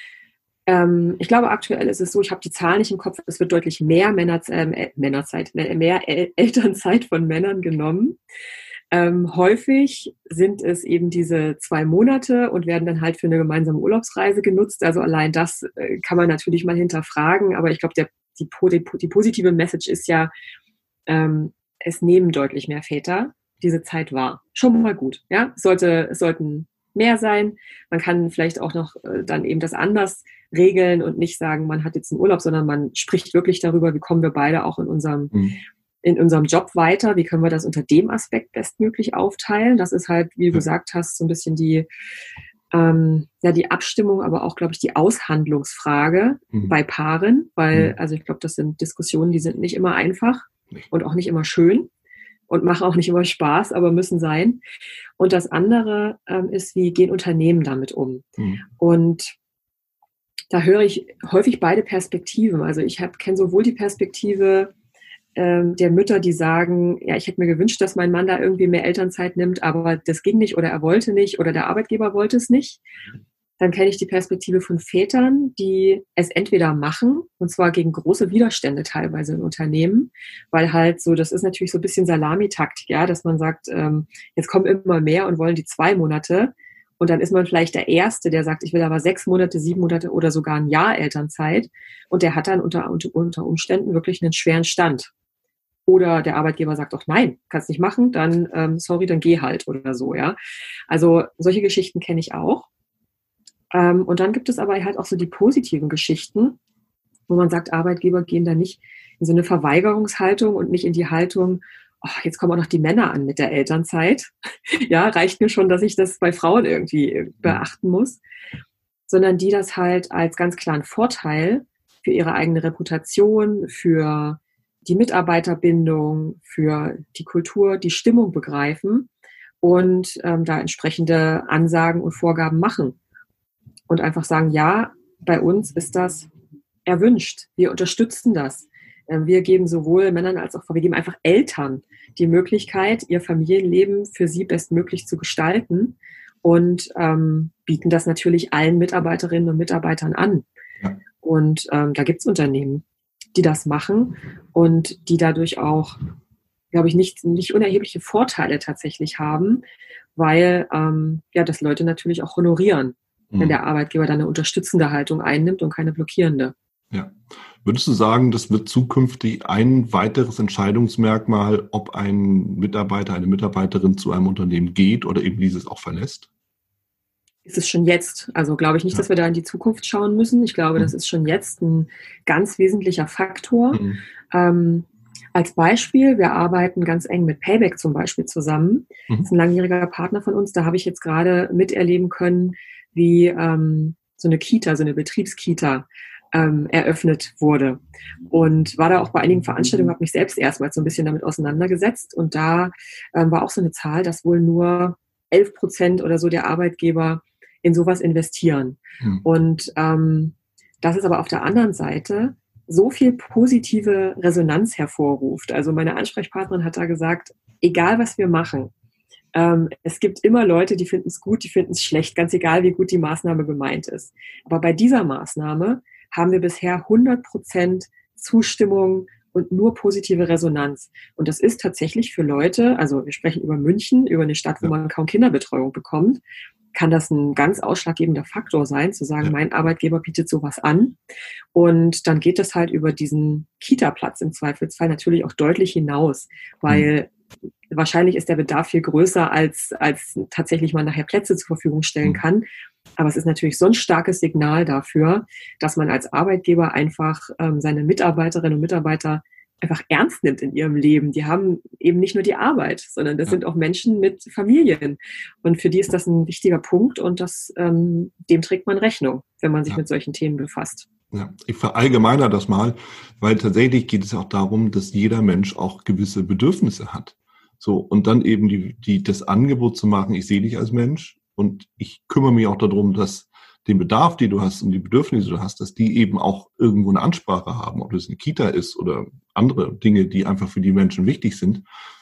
Ähm, ich glaube, aktuell ist es so, ich habe die Zahlen nicht im Kopf, es wird deutlich mehr Männer, äh, Männerzeit, mehr El- Elternzeit von Männern genommen. Ähm, häufig sind es eben diese zwei Monate und werden dann halt für eine gemeinsame Urlaubsreise genutzt. Also allein das äh, kann man natürlich mal hinterfragen, aber ich glaube, der, die, die, die positive Message ist ja, ähm, es nehmen deutlich mehr Väter diese Zeit wahr. Schon mal gut, ja. Es sollte, es sollten mehr sein. Man kann vielleicht auch noch äh, dann eben das anders regeln und nicht sagen, man hat jetzt einen Urlaub, sondern man spricht wirklich darüber, wie kommen wir beide auch in unserem, mhm. in unserem Job weiter, wie können wir das unter dem Aspekt bestmöglich aufteilen. Das ist halt, wie du ja. gesagt hast, so ein bisschen die, ähm, ja, die Abstimmung, aber auch, glaube ich, die Aushandlungsfrage mhm. bei Paaren, weil, mhm. also ich glaube, das sind Diskussionen, die sind nicht immer einfach und auch nicht immer schön und machen auch nicht immer Spaß, aber müssen sein. Und das andere ähm, ist, wie gehen Unternehmen damit um? Mhm. Und da höre ich häufig beide Perspektiven. Also ich kenne sowohl die Perspektive ähm, der Mütter, die sagen, ja, ich hätte mir gewünscht, dass mein Mann da irgendwie mehr Elternzeit nimmt, aber das ging nicht oder er wollte nicht oder der Arbeitgeber wollte es nicht. Dann kenne ich die Perspektive von Vätern, die es entweder machen, und zwar gegen große Widerstände teilweise in Unternehmen, weil halt so, das ist natürlich so ein bisschen Salamitaktik, ja, dass man sagt, ähm, jetzt kommen immer mehr und wollen die zwei Monate und dann ist man vielleicht der Erste, der sagt, ich will aber sechs Monate, sieben Monate oder sogar ein Jahr Elternzeit und der hat dann unter, unter Umständen wirklich einen schweren Stand. Oder der Arbeitgeber sagt auch, nein, kannst nicht machen, dann ähm, sorry, dann geh halt oder so, ja. Also solche Geschichten kenne ich auch. Ähm, und dann gibt es aber halt auch so die positiven Geschichten, wo man sagt, Arbeitgeber gehen da nicht in so eine Verweigerungshaltung und nicht in die Haltung, oh, jetzt kommen auch noch die Männer an mit der Elternzeit. Ja, reicht mir schon, dass ich das bei Frauen irgendwie beachten muss. Sondern die das halt als ganz klaren Vorteil für ihre eigene Reputation, für die Mitarbeiterbindung, für die Kultur, die Stimmung begreifen und ähm, da entsprechende Ansagen und Vorgaben machen. Und einfach sagen, ja, bei uns ist das erwünscht. Wir unterstützen das. Wir geben sowohl Männern als auch Frauen, wir geben einfach Eltern die Möglichkeit, ihr Familienleben für sie bestmöglich zu gestalten und ähm, bieten das natürlich allen Mitarbeiterinnen und Mitarbeitern an. Ja. Und ähm, da gibt es Unternehmen, die das machen und die dadurch auch, glaube ich, nicht, nicht unerhebliche Vorteile tatsächlich haben, weil ähm, ja, das Leute natürlich auch honorieren, wenn der Arbeitgeber dann eine unterstützende Haltung einnimmt und keine blockierende. Ja. Würdest du sagen, das wird zukünftig ein weiteres Entscheidungsmerkmal, ob ein Mitarbeiter, eine Mitarbeiterin zu einem Unternehmen geht oder eben dieses auch verlässt? Ist es schon jetzt. Also glaube ich nicht, ja. dass wir da in die Zukunft schauen müssen. Ich glaube, mhm. das ist schon jetzt ein ganz wesentlicher Faktor. Mhm. Ähm, als Beispiel, wir arbeiten ganz eng mit Payback zum Beispiel zusammen. Mhm. Das ist ein langjähriger Partner von uns. Da habe ich jetzt gerade miterleben können, wie ähm, so eine Kita, so eine Betriebskita ähm, eröffnet wurde. Und war da auch bei einigen Veranstaltungen, habe mich selbst erstmal so ein bisschen damit auseinandergesetzt. Und da ähm, war auch so eine Zahl, dass wohl nur elf Prozent oder so der Arbeitgeber in sowas investieren. Mhm. Und ähm, das ist aber auf der anderen Seite so viel positive Resonanz hervorruft. Also meine Ansprechpartnerin hat da gesagt, egal was wir machen, Ähm, es gibt immer Leute, die finden es gut, die finden es schlecht, ganz egal, wie gut die Maßnahme gemeint ist. Aber bei dieser Maßnahme haben wir bisher hundert Prozent Zustimmung und nur positive Resonanz. Und das ist tatsächlich für Leute, also wir sprechen über München, über eine Stadt, wo man kaum Kinderbetreuung bekommt, kann das ein ganz ausschlaggebender Faktor sein, zu sagen, ja. mein Arbeitgeber bietet sowas an. Und dann geht das halt über diesen Kita-Platz im Zweifelsfall natürlich auch deutlich hinaus, weil mhm. wahrscheinlich ist der Bedarf viel größer, als, als tatsächlich man nachher Plätze zur Verfügung stellen mhm. kann. Aber es ist natürlich so ein starkes Signal dafür, dass man als Arbeitgeber einfach ähm, seine Mitarbeiterinnen und Mitarbeiter einfach ernst nimmt in ihrem Leben. Die haben eben nicht nur die Arbeit, sondern das ja. sind auch Menschen mit Familien. Und für die ist das ein wichtiger Punkt und das, ähm, dem trägt man Rechnung, wenn man sich ja. mit solchen Themen befasst. Ja, ich verallgemeiner das mal, weil tatsächlich geht es auch darum, dass jeder Mensch auch gewisse Bedürfnisse hat. So, und dann eben die, die, das Angebot zu machen, ich sehe dich als Mensch und ich kümmere mich auch darum, dass den Bedarf, den du hast und die Bedürfnisse, die du hast, dass die eben auch irgendwo eine Ansprache haben, ob das eine Kita ist oder andere Dinge, die einfach für die Menschen wichtig sind.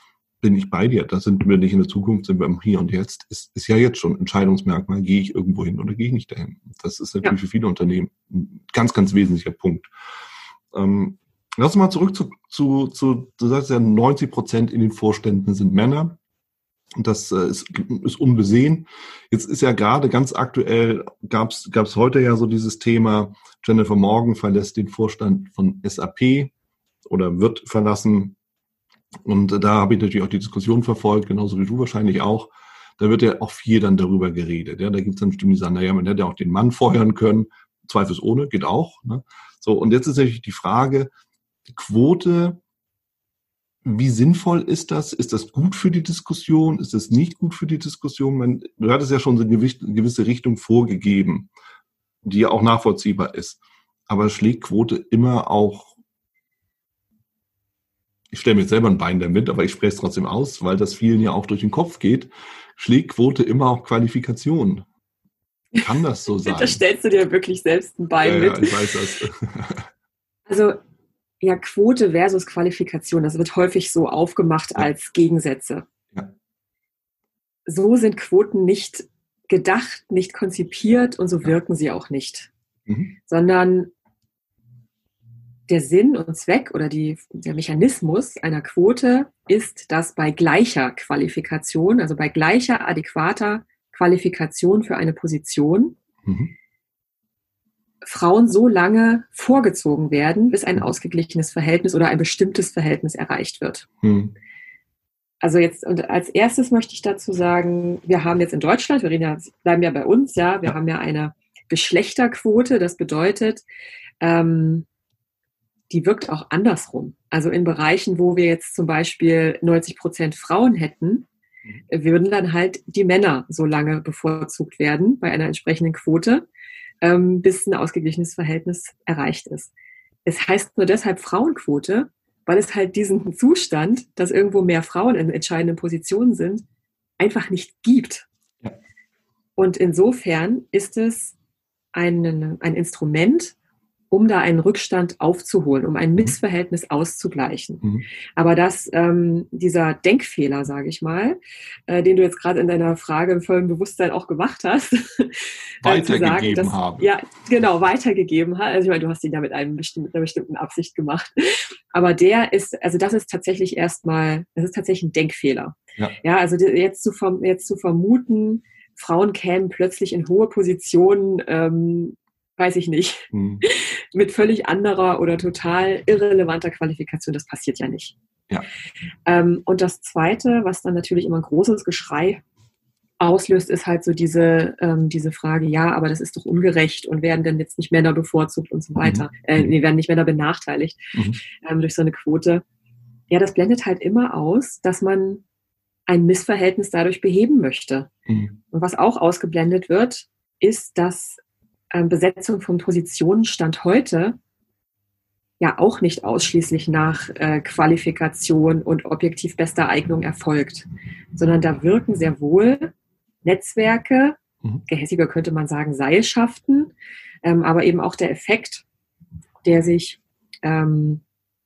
bin ich bei dir. Da sind wir nicht in der Zukunft, sind wir im Hier und Jetzt. Ist, ist ja jetzt schon Entscheidungsmerkmal, gehe ich irgendwo hin oder gehe ich nicht dahin. Das ist natürlich ja. für viele Unternehmen ein ganz, ganz wesentlicher Punkt. Ähm, lass uns mal zurück zu, zu, zu, du sagst ja, neunzig Prozent in den Vorständen sind Männer. Und das äh, ist, ist unbesehen. Jetzt ist ja gerade ganz aktuell, gab es heute ja so dieses Thema, Jennifer Morgan verlässt den Vorstand von S A P oder wird verlassen. Und da habe ich natürlich auch die Diskussion verfolgt, genauso wie du wahrscheinlich auch. Da wird ja auch viel dann darüber geredet. Ja, da gibt es dann Stimmen, die sagen, naja, man hätte ja auch den Mann feuern können. Zweifelsohne, geht auch. Ne? So, und jetzt ist natürlich die Frage, die Quote, wie sinnvoll ist das? Ist das gut für die Diskussion? Ist das nicht gut für die Diskussion? Man, du hattest ja schon so eine gewisse Richtung vorgegeben, die ja auch nachvollziehbar ist. Aber schlägt Quote immer auch, ich stelle mir jetzt selber ein Bein damit, aber ich spreche es trotzdem aus, weil das vielen ja auch durch den Kopf geht, schlägt Quote immer auch Qualifikation? Kann das so sein? Da stellst du dir wirklich selbst ein Bein ja, mit. Ja, ich weiß das. Also, ja, Quote versus Qualifikation, das wird häufig so aufgemacht ja. als Gegensätze. Ja. So sind Quoten nicht gedacht, nicht konzipiert und so ja. wirken sie auch nicht. Mhm. Sondern der Sinn und Zweck oder die, der Mechanismus einer Quote ist, dass bei gleicher Qualifikation, also bei gleicher adäquater Qualifikation für eine Position, mhm. Frauen so lange vorgezogen werden, bis ein ausgeglichenes Verhältnis oder ein bestimmtes Verhältnis erreicht wird. Mhm. Also jetzt, und als erstes möchte ich dazu sagen, wir haben jetzt in Deutschland, wir reden ja, bleiben ja bei uns, ja, wir ja. haben ja eine Geschlechterquote, das bedeutet, ähm, die wirkt auch andersrum. Also in Bereichen, wo wir jetzt zum Beispiel neunzig Prozent Frauen hätten, würden dann halt die Männer so lange bevorzugt werden bei einer entsprechenden Quote, ähm, bis ein ausgeglichenes Verhältnis erreicht ist. Es heißt nur deshalb Frauenquote, weil es halt diesen Zustand, dass irgendwo mehr Frauen in entscheidenden Positionen sind, einfach nicht gibt. Ja. Und insofern ist es ein, ein Instrument, um da einen Rückstand aufzuholen, um ein Missverhältnis auszugleichen. Mhm. Aber dass ähm, dieser Denkfehler, sage ich mal, äh, den du jetzt gerade in deiner Frage im vollen Bewusstsein auch gemacht hast, weitergegeben dass, habe. Ja, genau, weitergegeben hat. Also ich meine, du hast ihn da mit, einem bestimmten, mit einer bestimmten Absicht gemacht. Aber der ist, also das ist tatsächlich erstmal, das ist tatsächlich ein Denkfehler. Ja, ja also jetzt zu, jetzt zu vermuten, Frauen kämen plötzlich in hohe Positionen, ähm, weiß ich nicht, hm. mit völlig anderer oder total irrelevanter Qualifikation, das passiert ja nicht. Ja. Ähm, und das Zweite, was dann natürlich immer ein großes Geschrei auslöst, ist halt so diese, ähm, diese Frage, ja, aber das ist doch ungerecht und werden denn jetzt nicht Männer bevorzugt und so weiter. Mhm. Äh, nee, werden nicht Männer benachteiligt mhm. ähm, durch so eine Quote. Ja, das blendet halt immer aus, dass man ein Missverhältnis dadurch beheben möchte. Mhm. Und was auch ausgeblendet wird, ist, dass Besetzung von Positionen Stand heute ja auch nicht ausschließlich nach äh, Qualifikation und objektiv bester Eignung erfolgt, sondern da wirken sehr wohl Netzwerke, mhm. gehässiger könnte man sagen Seilschaften, ähm, aber eben auch der Effekt, der sich, ähm,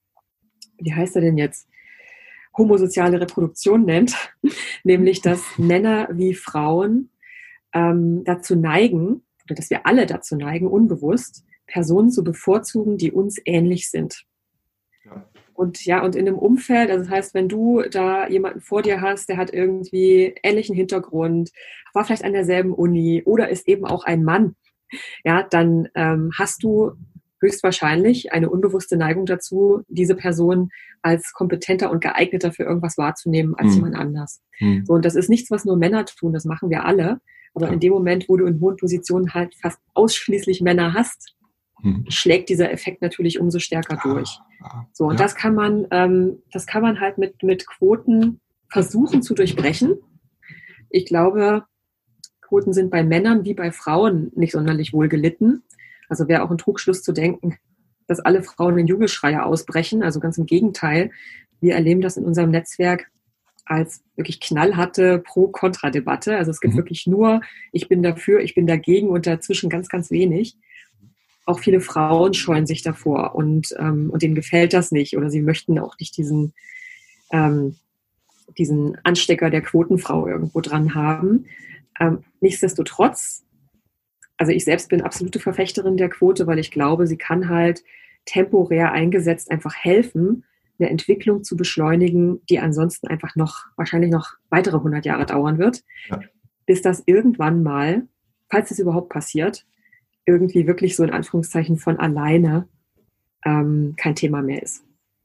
wie heißt er denn jetzt, homosoziale Reproduktion nennt, nämlich dass Männer wie Frauen ähm, dazu neigen, oder dass wir alle dazu neigen, unbewusst Personen zu bevorzugen, die uns ähnlich sind. Ja. Und ja, und in einem Umfeld, also das heißt, wenn du da jemanden vor dir hast, der hat irgendwie ähnlichen Hintergrund, war vielleicht an derselben Uni oder ist eben auch ein Mann, ja, dann ähm, hast du höchstwahrscheinlich eine unbewusste Neigung dazu, diese Person als kompetenter und geeigneter für irgendwas wahrzunehmen als hm. jemand anders. Hm. So, und das ist nichts, was nur Männer tun, das machen wir alle. Aber in dem Moment, wo du in hohen Positionen halt fast ausschließlich Männer hast, mhm. schlägt dieser Effekt natürlich umso stärker durch. So, und ja. das kann man, ähm, das kann man halt mit, mit Quoten versuchen zu durchbrechen. Ich glaube, Quoten sind bei Männern wie bei Frauen nicht sonderlich wohl gelitten. Also wäre auch ein Trugschluss zu denken, dass alle Frauen in Jubelschreie ausbrechen. Also ganz im Gegenteil. Wir erleben das in unserem Netzwerk als wirklich knallharte Pro-Kontra-Debatte. Also es gibt mhm. wirklich nur, ich bin dafür, ich bin dagegen und dazwischen ganz, ganz wenig. Auch viele Frauen scheuen sich davor und, ähm, und denen gefällt das nicht oder sie möchten auch nicht diesen, ähm, diesen Anstecker der Quotenfrau irgendwo dran haben. Ähm, nichtsdestotrotz, also ich selbst bin absolute Verfechterin der Quote, weil ich glaube, sie kann halt temporär eingesetzt einfach helfen, eine Entwicklung zu beschleunigen, die ansonsten einfach noch, wahrscheinlich noch weitere hundert Jahre dauern wird, ja. bis das irgendwann mal, falls es überhaupt passiert, irgendwie wirklich so in Anführungszeichen von alleine ähm, kein Thema mehr ist.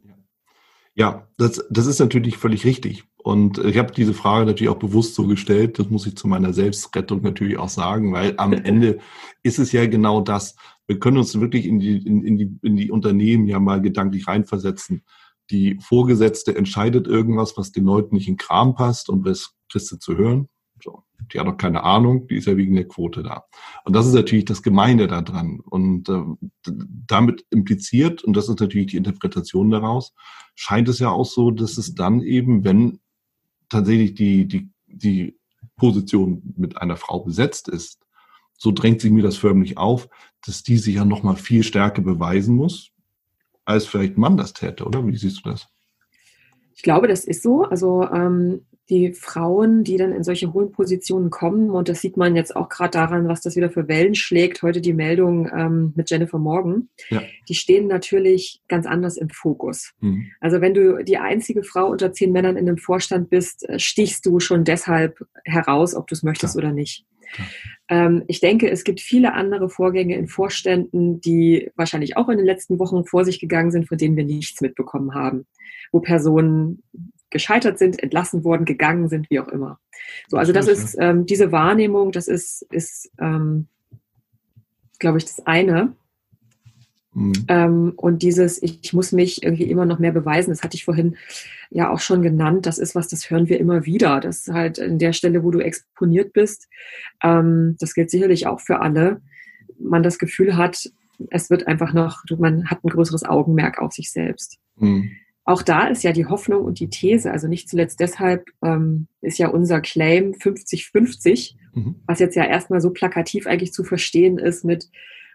Ja, das, das ist natürlich völlig richtig. Und ich habe diese Frage natürlich auch bewusst so gestellt, das muss ich zu meiner Selbstrettung natürlich auch sagen, weil am Ende ist es ja genau das. Wir können uns wirklich in die, in, in die, in die Unternehmen ja mal gedanklich reinversetzen. Die Vorgesetzte entscheidet irgendwas, was den Leuten nicht in den Kram passt und was kriegst du zu hören? So, die hat doch keine Ahnung, die ist ja wegen der Quote da. Und das ist natürlich das Gemeine daran. Und äh, damit impliziert, und das ist natürlich die Interpretation daraus, scheint es ja auch so, dass es dann eben, wenn tatsächlich die, die, die Position mit einer Frau besetzt ist, so drängt sich mir das förmlich auf, dass die sich ja nochmal viel stärker beweisen muss, als vielleicht ein Mann das täte, oder? Wie siehst du das? Ich glaube, das ist so. Also ähm, die Frauen, die dann in solche hohen Positionen kommen, und das sieht man jetzt auch gerade daran, was das wieder für Wellen schlägt, heute die Meldung ähm, mit Jennifer Morgan, ja. die stehen natürlich ganz anders im Fokus. Mhm. Also wenn du die einzige Frau unter zehn Männern in einem Vorstand bist, stichst du schon deshalb heraus, ob du es möchtest ja. oder nicht. Ähm, ich denke, es gibt viele andere Vorgänge in Vorständen, die wahrscheinlich auch in den letzten Wochen vor sich gegangen sind, von denen wir nichts mitbekommen haben, wo Personen gescheitert sind, entlassen wurden, gegangen sind, wie auch immer. So, also das ist ähm, diese Wahrnehmung, das ist, ist ähm, glaube ich, das eine. Mhm. Ähm, und dieses, ich, ich muss mich irgendwie immer noch mehr beweisen, das hatte ich vorhin ja auch schon genannt, das ist was, das hören wir immer wieder. Das ist halt an der Stelle, wo du exponiert bist, ähm, das gilt sicherlich auch für alle, man das Gefühl hat, es wird einfach noch, man hat ein größeres Augenmerk auf sich selbst. Mhm. Auch da ist ja die Hoffnung und die These, also nicht zuletzt deshalb ähm, ist ja unser Claim fünfzig fünfzig, mhm. was jetzt ja erstmal so plakativ eigentlich zu verstehen ist mit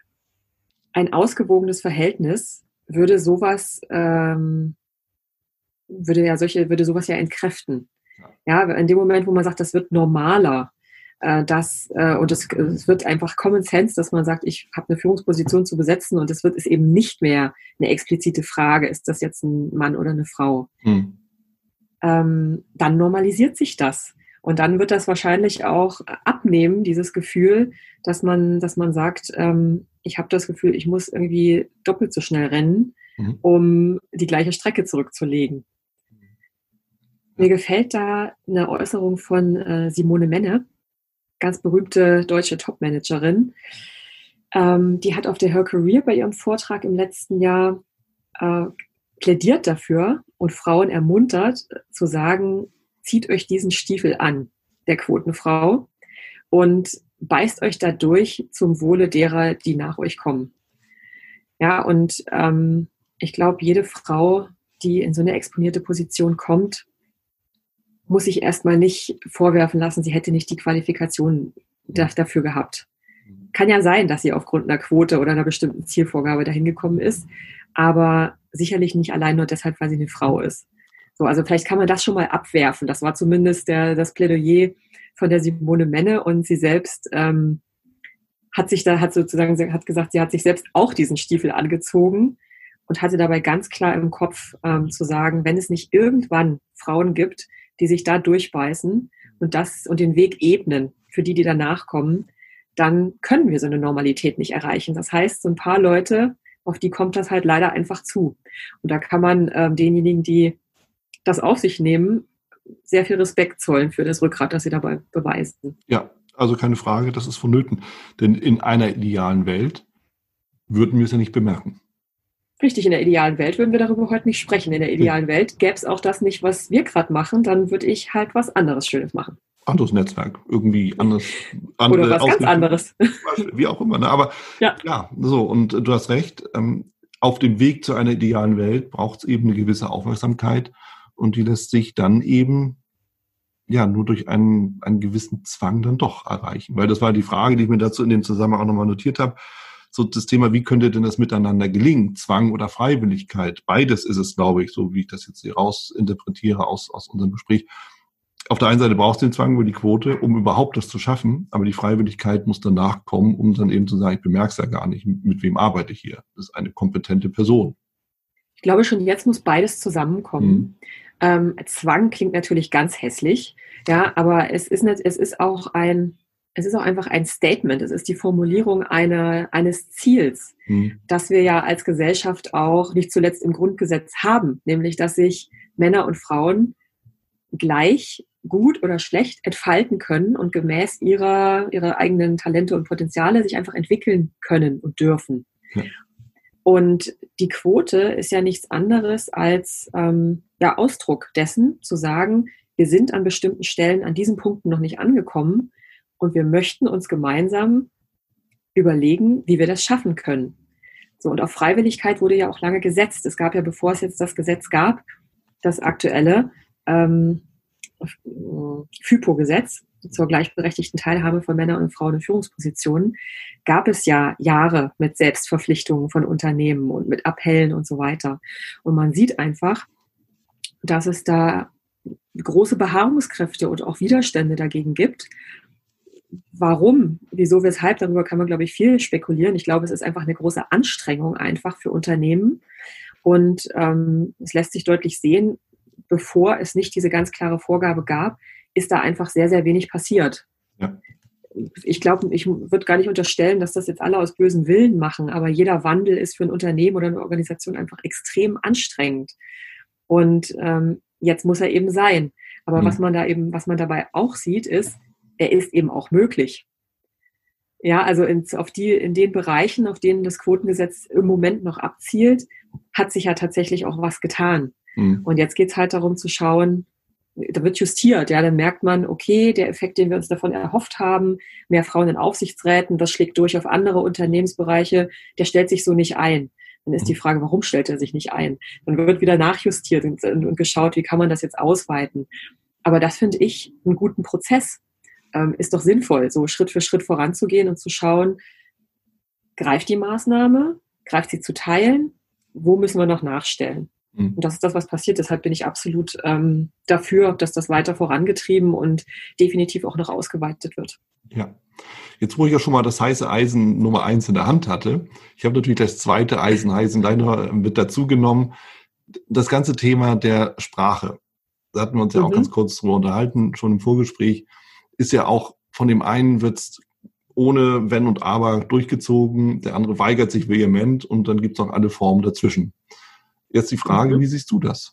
ein ausgewogenes Verhältnis würde sowas, ähm, würde ja solche, würde sowas ja entkräften. Ja, in dem Moment, wo man sagt, das wird normaler, äh, das, äh, und es, es wird einfach Common Sense, dass man sagt, ich habe eine Führungsposition zu besetzen und es wird ist eben nicht mehr eine explizite Frage, ist das jetzt ein Mann oder eine Frau? Hm. Ähm, dann normalisiert sich das. Und dann wird das wahrscheinlich auch abnehmen, dieses Gefühl, dass man, dass man sagt, ähm, ich habe das Gefühl, ich muss irgendwie doppelt so schnell rennen, mhm. um die gleiche Strecke zurückzulegen. Ja. Mir gefällt da eine Äußerung von äh, Simone Menne, ganz berühmte deutsche Topmanagerin. Ähm, die hat auf der Her Career bei ihrem Vortrag im letzten Jahr äh, plädiert dafür und Frauen ermuntert, zu sagen, zieht euch diesen Stiefel an, der Quotenfrau, und beißt euch dadurch zum Wohle derer, die nach euch kommen. Ja, und ähm, ich glaube, jede Frau, die in so eine exponierte Position kommt, muss sich erstmal nicht vorwerfen lassen, sie hätte nicht die Qualifikation dafür gehabt. Kann ja sein, dass sie aufgrund einer Quote oder einer bestimmten Zielvorgabe dahin gekommen ist, aber sicherlich nicht allein nur deshalb, weil sie eine Frau ist. So, also vielleicht kann man das schon mal abwerfen. Das war zumindest der, das Plädoyer von der Simone Menne, und sie selbst ähm, hat sich da, hat sozusagen, hat gesagt, sie hat sich selbst auch diesen Stiefel angezogen und hatte dabei ganz klar im Kopf ähm, zu sagen, wenn es nicht irgendwann Frauen gibt, die sich da durchbeißen und das und den Weg ebnen für die, die danach kommen, dann können wir so eine Normalität nicht erreichen. Das heißt, so ein paar Leute, auf die kommt das halt leider einfach zu. Und da kann man ähm, denjenigen, die das auf sich nehmen, sehr viel Respekt zollen für das Rückgrat, das sie dabei beweisen. Ja, also keine Frage, das ist vonnöten. Denn in einer idealen Welt würden wir es ja nicht bemerken. Richtig, in der idealen Welt würden wir darüber heute nicht sprechen. In der idealen ja. Welt gäbe es auch das nicht, was wir gerade machen, dann würde ich halt was anderes Schönes machen. Anderes Netzwerk, irgendwie anders. Andere Oder was ganz anderes. Wie auch immer. Ne? Aber ja. ja, so, und du hast recht, ähm, auf dem Weg zu einer idealen Welt braucht es eben eine gewisse Aufmerksamkeit, und die lässt sich dann eben ja nur durch einen, einen gewissen Zwang dann doch erreichen. Weil das war die Frage, die ich mir dazu in dem Zusammenhang auch nochmal notiert habe. so das Thema, wie könnte denn das miteinander gelingen? Zwang oder Freiwilligkeit? Beides ist es, glaube ich, so wie ich das jetzt hier raus interpretiere aus, aus unserem Gespräch. Auf der einen Seite brauchst du den Zwang über die Quote, um überhaupt das zu schaffen, aber die Freiwilligkeit muss danach kommen, um dann eben zu sagen, ich bemerke es ja gar nicht, mit wem arbeite ich hier. Das ist eine kompetente Person. Ich glaube, schon jetzt muss beides zusammenkommen. Mhm. Ähm, Zwang klingt natürlich ganz hässlich, ja, aber es ist nicht, es ist auch ein, es ist auch einfach ein Statement. Es ist die Formulierung einer, eines Ziels, mhm. das wir ja als Gesellschaft auch nicht zuletzt im Grundgesetz haben, nämlich, dass sich Männer und Frauen gleich gut oder schlecht entfalten können und gemäß ihrer, ihrer eigenen Talente und Potenziale sich einfach entwickeln können und dürfen. Ja. Und die Quote ist ja nichts anderes als ähm, ja, Ausdruck dessen, zu sagen, wir sind an bestimmten Stellen an diesen Punkten noch nicht angekommen und wir möchten uns gemeinsam überlegen, wie wir das schaffen können. So, und auf Freiwilligkeit wurde ja auch lange gesetzt. Es gab ja, bevor es jetzt das Gesetz gab, das aktuelle ähm, FIPO-Gesetz zur gleichberechtigten Teilhabe von Männern und Frauen in Führungspositionen, gab es ja Jahre mit Selbstverpflichtungen von Unternehmen und mit Appellen und so weiter. Und man sieht einfach, dass es da große Beharrungskräfte und auch Widerstände dagegen gibt. Warum, wieso, weshalb, darüber kann man, glaube ich, viel spekulieren. Ich glaube, es ist einfach eine große Anstrengung einfach für Unternehmen. Und ähm, es lässt sich deutlich sehen, bevor es nicht diese ganz klare Vorgabe gab, ist da einfach sehr, sehr wenig passiert. Ja. Ich glaube, ich würde gar nicht unterstellen, dass das jetzt alle aus bösem Willen machen, aber jeder Wandel ist für ein Unternehmen oder eine Organisation einfach extrem anstrengend. Und ähm, jetzt muss er eben sein. Aber mhm. was man da eben, was man dabei auch sieht, ist, er ist eben auch möglich. Ja, also in, auf die, in den Bereichen, auf denen das Quotengesetz im Moment noch abzielt, hat sich ja tatsächlich auch was getan. Mhm. Und jetzt geht es halt darum zu schauen, da wird justiert, ja, dann merkt man, okay, der Effekt, den wir uns davon erhofft haben, mehr Frauen in Aufsichtsräten, das schlägt durch auf andere Unternehmensbereiche, der stellt sich so nicht ein. Dann ist die Frage, warum stellt er sich nicht ein? Dann wird wieder nachjustiert und, und geschaut, wie kann man das jetzt ausweiten. Aber das finde ich einen guten Prozess. Ähm, ist doch sinnvoll, so Schritt für Schritt voranzugehen und zu schauen, greift die Maßnahme, greift sie zu teilen, wo müssen wir noch nachstellen? Mhm. Und das ist das, was passiert. Deshalb bin ich absolut ähm, dafür, dass das weiter vorangetrieben und definitiv auch noch ausgeweitet wird. Ja. Jetzt, wo ich ja schon mal das heiße Eisen Nummer eins in der Hand hatte, ich habe natürlich das zweite Eisen, Eisen leider mit dazu genommen, das ganze Thema der Sprache. Da hatten wir uns ja mhm. auch ganz kurz drüber unterhalten, schon im Vorgespräch, ist ja auch von dem einen wird's ohne Wenn und Aber durchgezogen, der andere weigert sich vehement und dann gibt's noch alle Formen dazwischen. Jetzt die Frage, mhm. wie siehst du das?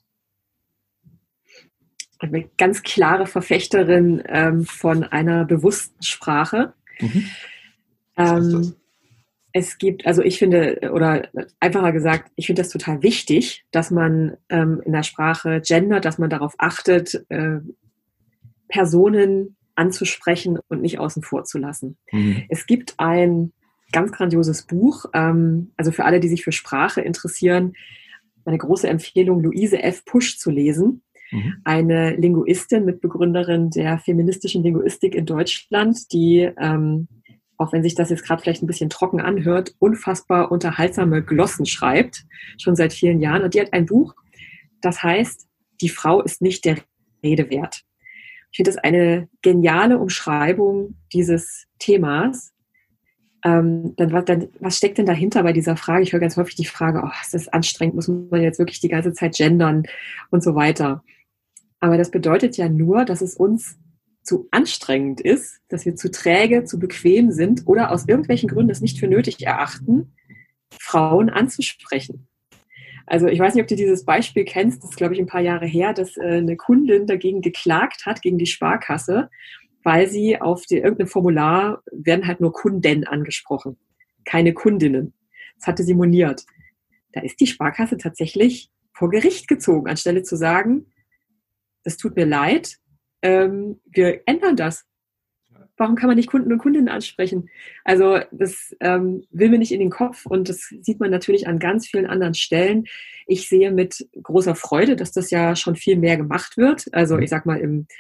Ich bin eine ganz klare Verfechterin ähm, von einer bewussten Sprache. Mhm. Was heißt das? Ähm, es gibt, also ich finde, oder einfacher gesagt, ich finde das total wichtig, dass man ähm, in der Sprache gendert, dass man darauf achtet, äh, Personen anzusprechen und nicht außen vor zu lassen. Mhm. Es gibt ein ganz grandioses Buch, ähm, also für alle, die sich für Sprache interessieren, eine große Empfehlung, Luise F. Pusch zu lesen. Mhm. Eine Linguistin, Mitbegründerin der feministischen Linguistik in Deutschland, die, ähm, auch wenn sich das jetzt gerade vielleicht ein bisschen trocken anhört, unfassbar unterhaltsame Glossen schreibt, schon seit vielen Jahren. Und die hat ein Buch, das heißt, die Frau ist nicht der Rede wert. Ich finde das eine geniale Umschreibung dieses Themas. Ähm, dann, was, dann, was steckt denn dahinter bei dieser Frage? Ich höre ganz häufig die Frage, oh, ist das anstrengend, muss man jetzt wirklich die ganze Zeit gendern und so weiter. Aber das bedeutet ja nur, dass es uns zu anstrengend ist, dass wir zu träge, zu bequem sind oder aus irgendwelchen Gründen es nicht für nötig erachten, Frauen anzusprechen. Also ich weiß nicht, ob du dieses Beispiel kennst, das ist, glaube ich, ein paar Jahre her, dass äh, eine Kundin dagegen geklagt hat, gegen die Sparkasse, weil sie auf die, irgendeinem Formular werden halt nur Kunden angesprochen, keine Kundinnen. Das hatte sie moniert. Da ist die Sparkasse tatsächlich vor Gericht gezogen, anstelle zu sagen, es tut mir leid, ähm, wir ändern das. Warum kann man nicht Kunden und Kundinnen ansprechen? Also das ähm, will mir nicht in den Kopf und das sieht man natürlich an ganz vielen anderen Stellen. Ich sehe mit großer Freude, dass das ja schon viel mehr gemacht wird. Also ich sag mal im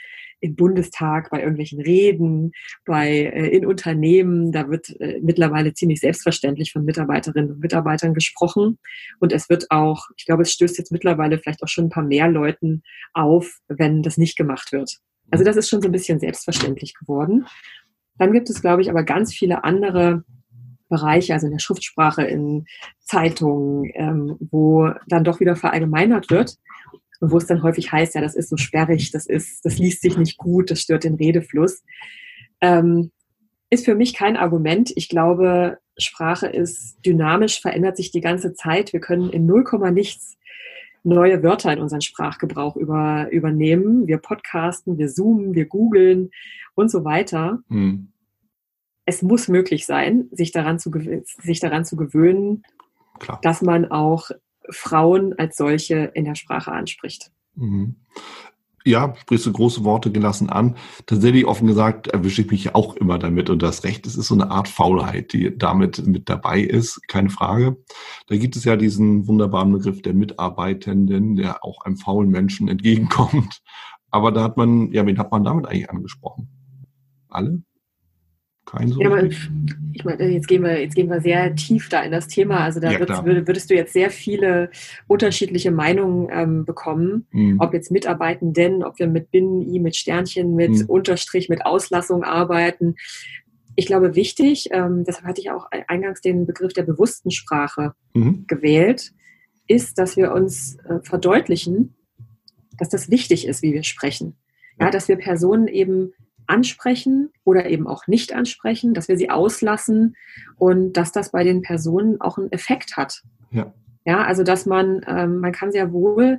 im Bundestag, bei irgendwelchen Reden, bei, äh, in Unternehmen, da wird äh, mittlerweile ziemlich selbstverständlich von Mitarbeiterinnen und Mitarbeitern gesprochen. Und es wird auch, ich glaube, es stößt jetzt mittlerweile vielleicht auch schon ein paar mehr Leuten auf, wenn das nicht gemacht wird. Also das ist schon so ein bisschen selbstverständlich geworden. Dann gibt es, glaube ich, aber ganz viele andere Bereiche, also in der Schriftsprache, in Zeitungen, ähm, wo dann doch wieder verallgemeinert wird und wo es dann häufig heißt, ja, das ist so sperrig, das ist, das liest sich nicht gut, das stört den Redefluss. Ähm, ist für mich kein Argument. Ich glaube, Sprache ist dynamisch, verändert sich die ganze Zeit. Wir können in null Komma nichts neue Wörter in unseren Sprachgebrauch über, übernehmen. Wir podcasten, wir zoomen, wir googeln und so weiter. Hm. Es muss möglich sein, sich daran zu, sich daran zu gewöhnen, Klar. dass man auch Frauen als solche in der Sprache anspricht. Mhm. Ja, sprichst du große Worte gelassen an. Tatsächlich, offen gesagt, erwische ich mich auch immer damit. Und das Recht, es ist so eine Art Faulheit, die damit mit dabei ist, keine Frage. Da gibt es ja diesen wunderbaren Begriff der Mitarbeitenden, der auch einem faulen Menschen entgegenkommt. Aber da hat man, ja, wen hat man damit eigentlich angesprochen? Alle? Kein so? Ja, aber ich meine, jetzt gehen wir, jetzt gehen wir sehr tief da in das Thema. Also da ja, würdest, würdest du jetzt sehr viele unterschiedliche Meinungen ähm, bekommen, mhm. ob jetzt Mitarbeitenden, ob wir mit Binnen, I, mit Sternchen, mit mhm. Unterstrich, mit Auslassung arbeiten. Ich glaube, wichtig, ähm, deshalb hatte ich auch eingangs den Begriff der bewussten Sprache mhm. gewählt, ist, dass wir uns äh, verdeutlichen, dass das wichtig ist, wie wir sprechen. Ja, dass wir Personen eben ansprechen oder eben auch nicht ansprechen, dass wir sie auslassen und dass das bei den Personen auch einen Effekt hat. Ja, ja, also dass man, ähm, man kann sehr wohl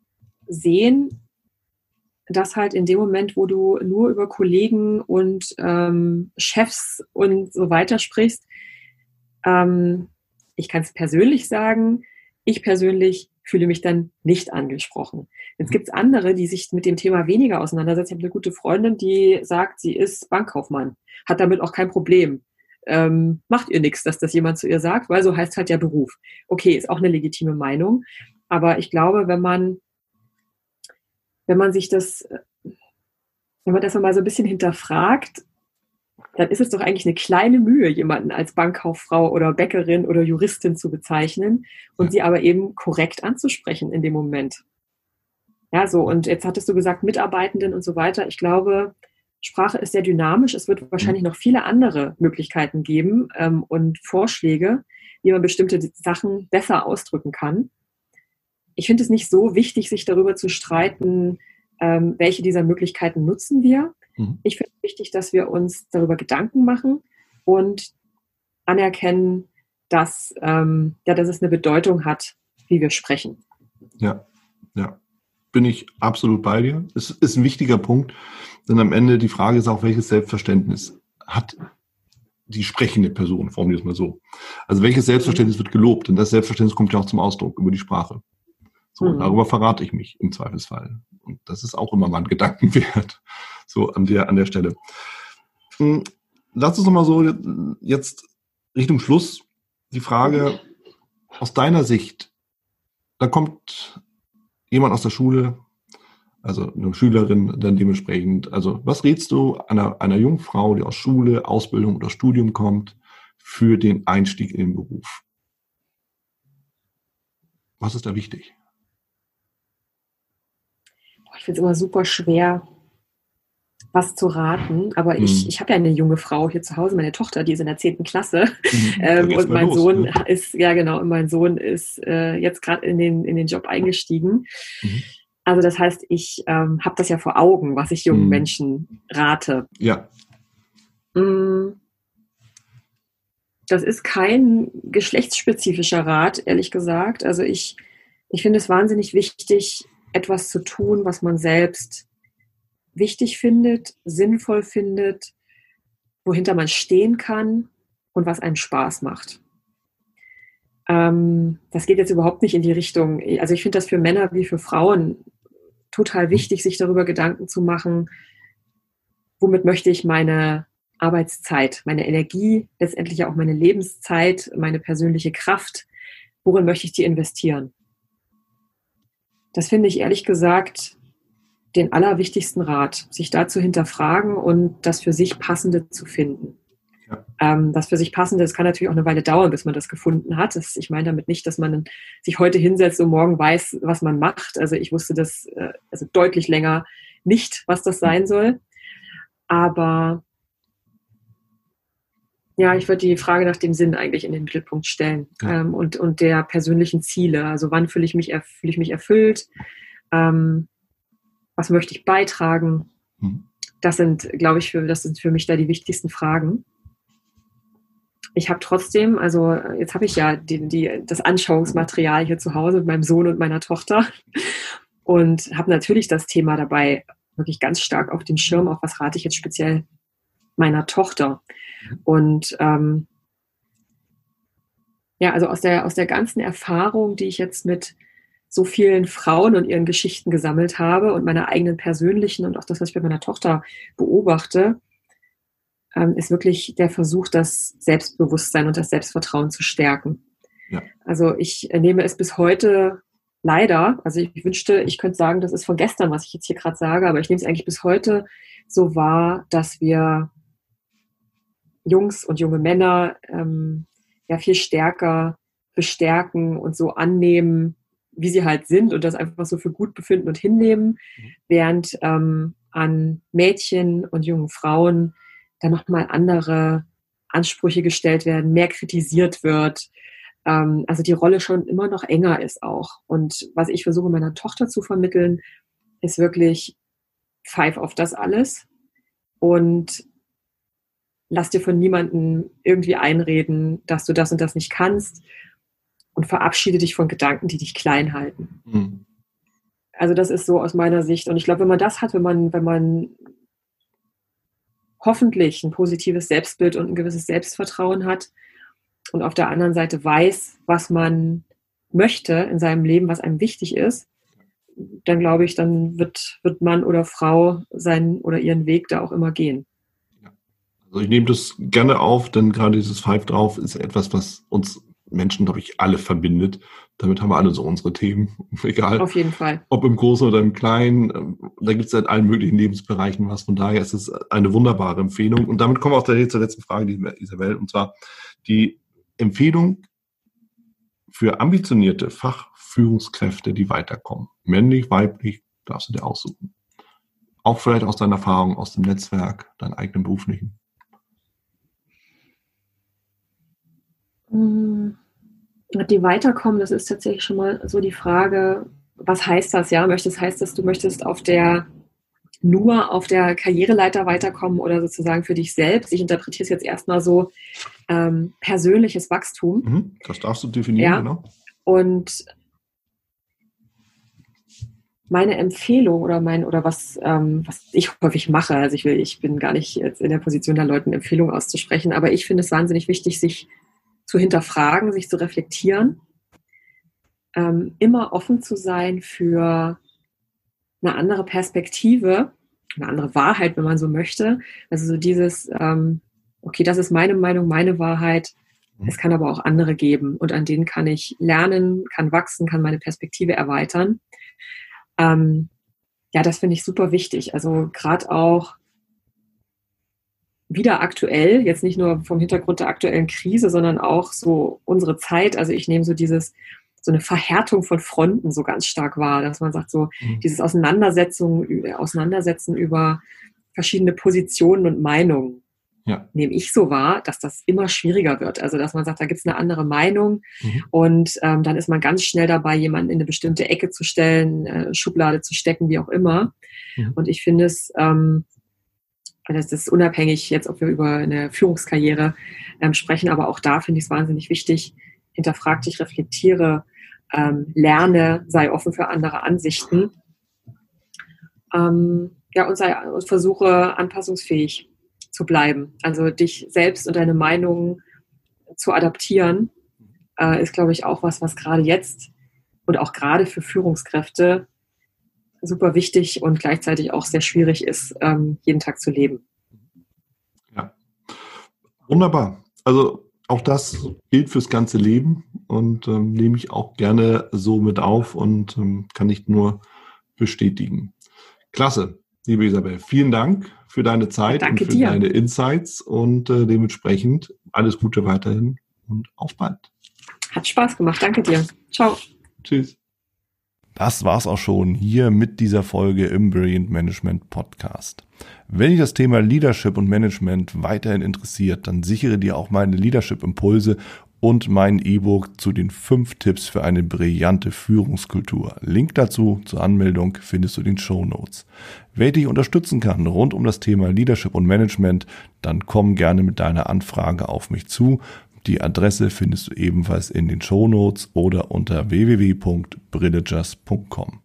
sehen, dass halt in dem Moment, wo du nur über Kollegen und ähm, Chefs und so weiter sprichst, ähm, ich kann es persönlich sagen, ich persönlich fühle mich dann nicht angesprochen. Jetzt gibt es andere, die sich mit dem Thema weniger auseinandersetzen. Ich habe eine gute Freundin, die sagt, sie ist Bankkaufmann, hat damit auch kein Problem. Ähm, macht ihr nichts, dass das jemand zu ihr sagt, weil so heißt halt der Beruf. Okay, ist auch eine legitime Meinung. Aber ich glaube, wenn man, wenn man sich das, wenn man das mal so ein bisschen hinterfragt, dann ist es doch eigentlich eine kleine Mühe, jemanden als Bankkauffrau oder Bäckerin oder Juristin zu bezeichnen und sie aber eben korrekt anzusprechen in dem Moment. Ja, so, und jetzt hattest du gesagt, Mitarbeitenden und so weiter. Ich glaube, Sprache ist sehr dynamisch. Es wird wahrscheinlich noch viele andere Möglichkeiten geben ähm, und Vorschläge, wie man bestimmte Sachen besser ausdrücken kann. Ich finde es nicht so wichtig, sich darüber zu streiten, ähm, welche dieser Möglichkeiten nutzen wir. Mhm. Ich finde es wichtig, dass wir uns darüber Gedanken machen und anerkennen, dass, ähm, ja, dass es eine Bedeutung hat, wie wir sprechen. Ja, ja. Bin ich absolut bei dir. Es ist ein wichtiger Punkt, denn am Ende die Frage ist auch, welches Selbstverständnis hat die sprechende Person, formuliere es mal so. Also welches Selbstverständnis wird gelobt? Denn das Selbstverständnis kommt ja auch zum Ausdruck über die Sprache. So, mhm. darüber verrate ich mich im Zweifelsfall. Und das ist auch immer mal ein Gedankenwert, so an der, an der Stelle. Lass uns nochmal so jetzt Richtung Schluss die Frage aus deiner Sicht. Da kommt jemand aus der Schule, also eine Schülerin dann dementsprechend. Also was rätst du einer, einer jungen Frau, die aus Schule, Ausbildung oder Studium kommt, für den Einstieg in den Beruf? Was ist da wichtig? Ich finde es immer super schwer, was zu raten, aber ich, hm. ich habe ja eine junge Frau hier zu Hause, meine Tochter, die ist in der zehnten Klasse mhm. ähm, und mein los, Sohn ne? ist, ja genau, mein Sohn ist äh, jetzt gerade in den, in den Job eingestiegen. Mhm. Also das heißt, ich ähm, habe das ja vor Augen, was ich jungen mhm. Menschen rate. Ja. Das ist kein geschlechtsspezifischer Rat, ehrlich gesagt. Also ich, ich finde es wahnsinnig wichtig, etwas zu tun, was man selbst wichtig findet, sinnvoll findet, wohinter man stehen kann und was einem Spaß macht. Ähm, das geht jetzt überhaupt nicht in die Richtung, also ich finde das für Männer wie für Frauen total wichtig, sich darüber Gedanken zu machen, womit möchte ich meine Arbeitszeit, meine Energie, letztendlich auch meine Lebenszeit, meine persönliche Kraft, worin möchte ich die investieren? Das finde ich ehrlich gesagt den allerwichtigsten Rat, sich da zu hinterfragen und das für sich Passende zu finden. Ja. Ähm, das für sich Passende, das kann natürlich auch eine Weile dauern, bis man das gefunden hat. Das, ich meine damit nicht, dass man sich heute hinsetzt und morgen weiß, was man macht. Also ich wusste das äh, also deutlich länger nicht, was das sein soll. Aber ja, ich würde die Frage nach dem Sinn eigentlich in den Mittelpunkt stellen, ja. ähm, und, und der persönlichen Ziele. Also wann fühle ich mich, fühle ich mich erfüllt? Ähm, was möchte ich beitragen? Mhm. Das sind, glaube ich, für, das sind für mich da die wichtigsten Fragen. Ich habe trotzdem, also jetzt habe ich ja die, die, das Anschauungsmaterial hier zu Hause mit meinem Sohn und meiner Tochter und habe natürlich das Thema dabei wirklich ganz stark auf dem Schirm, auch was rate ich jetzt speziell meiner Tochter. Und ähm, ja, also aus der, aus der ganzen Erfahrung, die ich jetzt mit so vielen Frauen und ihren Geschichten gesammelt habe und meiner eigenen persönlichen und auch das, was ich bei meiner Tochter beobachte, ähm, ist wirklich der Versuch, das Selbstbewusstsein und das Selbstvertrauen zu stärken. Ja. Also ich nehme es bis heute leider, also ich wünschte, ich könnte sagen, das ist von gestern, was ich jetzt hier gerade sage, aber ich nehme es eigentlich bis heute so wahr, dass wir Jungs und junge Männer ähm, ja viel stärker bestärken und so annehmen, wie sie halt sind und das einfach so für gut befinden und hinnehmen, mhm. während ähm, an Mädchen und jungen Frauen dann nochmal andere Ansprüche gestellt werden, mehr kritisiert wird, ähm, also die Rolle schon immer noch enger ist auch. Und was ich versuche meiner Tochter zu vermitteln, ist wirklich pfeif auf das alles und lass dir von niemandem irgendwie einreden, dass du das und das nicht kannst und verabschiede dich von Gedanken, die dich klein halten. Mhm. Also das ist so aus meiner Sicht. Und ich glaube, wenn man das hat, wenn man, wenn man hoffentlich ein positives Selbstbild und ein gewisses Selbstvertrauen hat und auf der anderen Seite weiß, was man möchte in seinem Leben, was einem wichtig ist, dann glaube ich, dann wird, wird Mann oder Frau seinen oder ihren Weg da auch immer gehen. Also ich nehme das gerne auf, denn gerade dieses Pfeif drauf ist etwas, was uns Menschen, glaube ich, alle verbindet. Damit haben wir alle so unsere Themen, egal. Auf jeden Fall. Ob im Großen oder im Kleinen. Da gibt es in allen möglichen Lebensbereichen was. Von daher ist es eine wunderbare Empfehlung. Und damit kommen wir auch zur letzten Frage, die Isabel, und zwar die Empfehlung für ambitionierte Fachführungskräfte, die weiterkommen. Männlich, weiblich, darfst du dir aussuchen. Auch vielleicht aus deiner Erfahrung, aus dem Netzwerk, deinem eigenen beruflichen. Die weiterkommen, das ist tatsächlich schon mal so die Frage, was heißt das? Ja, möchtest, heißt das, du möchtest auf der, nur auf der Karriereleiter weiterkommen oder sozusagen für dich selbst? Ich interpretiere es jetzt erstmal so, ähm, persönliches Wachstum. Mhm, das darfst du definieren, ja. Genau. Und meine Empfehlung oder mein, oder was, ähm, was ich häufig mache, also ich will, ich bin gar nicht jetzt in der Position, da Leuten Empfehlungen auszusprechen, aber ich finde es wahnsinnig wichtig, sich zu hinterfragen, sich zu reflektieren, ähm, immer offen zu sein für eine andere Perspektive, eine andere Wahrheit, wenn man so möchte. Also so dieses, ähm, okay, das ist meine Meinung, meine Wahrheit, es kann aber auch andere geben und an denen kann ich lernen, kann wachsen, kann meine Perspektive erweitern. Ähm, ja, das finde ich super wichtig. Also gerade auch wieder aktuell, jetzt nicht nur vom Hintergrund der aktuellen Krise, sondern auch so unsere Zeit. Also ich nehme so dieses, so eine Verhärtung von Fronten so ganz stark wahr, dass man sagt so, mhm. dieses Auseinandersetzung, Auseinandersetzen über verschiedene Positionen und Meinungen. Ja. Nehme ich so wahr, dass das immer schwieriger wird. Also dass man sagt, da gibt es eine andere Meinung mhm. und ähm, dann ist man ganz schnell dabei, jemanden in eine bestimmte Ecke zu stellen, äh, Schublade zu stecken, wie auch immer. Mhm. Und ich finde es, ähm, das ist unabhängig jetzt, ob wir über eine Führungskarriere ähm, sprechen, aber auch da finde ich es wahnsinnig wichtig, hinterfrag dich, reflektiere, ähm, lerne, sei offen für andere Ansichten ähm, ja, und, sei, und versuche anpassungsfähig zu bleiben. Also dich selbst und deine Meinung zu adaptieren, äh, ist, glaube ich, auch was, was gerade jetzt und auch gerade für Führungskräfte super wichtig und gleichzeitig auch sehr schwierig ist, ähm, jeden Tag zu leben. Ja, wunderbar. Also auch das gilt fürs ganze Leben und ähm, nehme ich auch gerne so mit auf und ähm, kann nicht nur bestätigen. Klasse, liebe Isabel. Vielen Dank für deine Zeit ja, und für dir. deine Insights und äh, dementsprechend alles Gute weiterhin und auf bald. Hat Spaß gemacht. Danke dir. Ciao. Tschüss. Das war's auch schon hier mit dieser Folge im Brilliant Management Podcast. Wenn dich das Thema Leadership und Management weiterhin interessiert, dann sichere dir auch meine Leadership-Impulse und mein E-Book zu den fünf Tipps für eine brillante Führungskultur. Link dazu zur Anmeldung findest du in den Shownotes. Wer dich unterstützen kann rund um das Thema Leadership und Management, dann komm gerne mit deiner Anfrage auf mich zu. Die Adresse findest du ebenfalls in den Shownotes oder unter w w w punkt brillegers punkt com.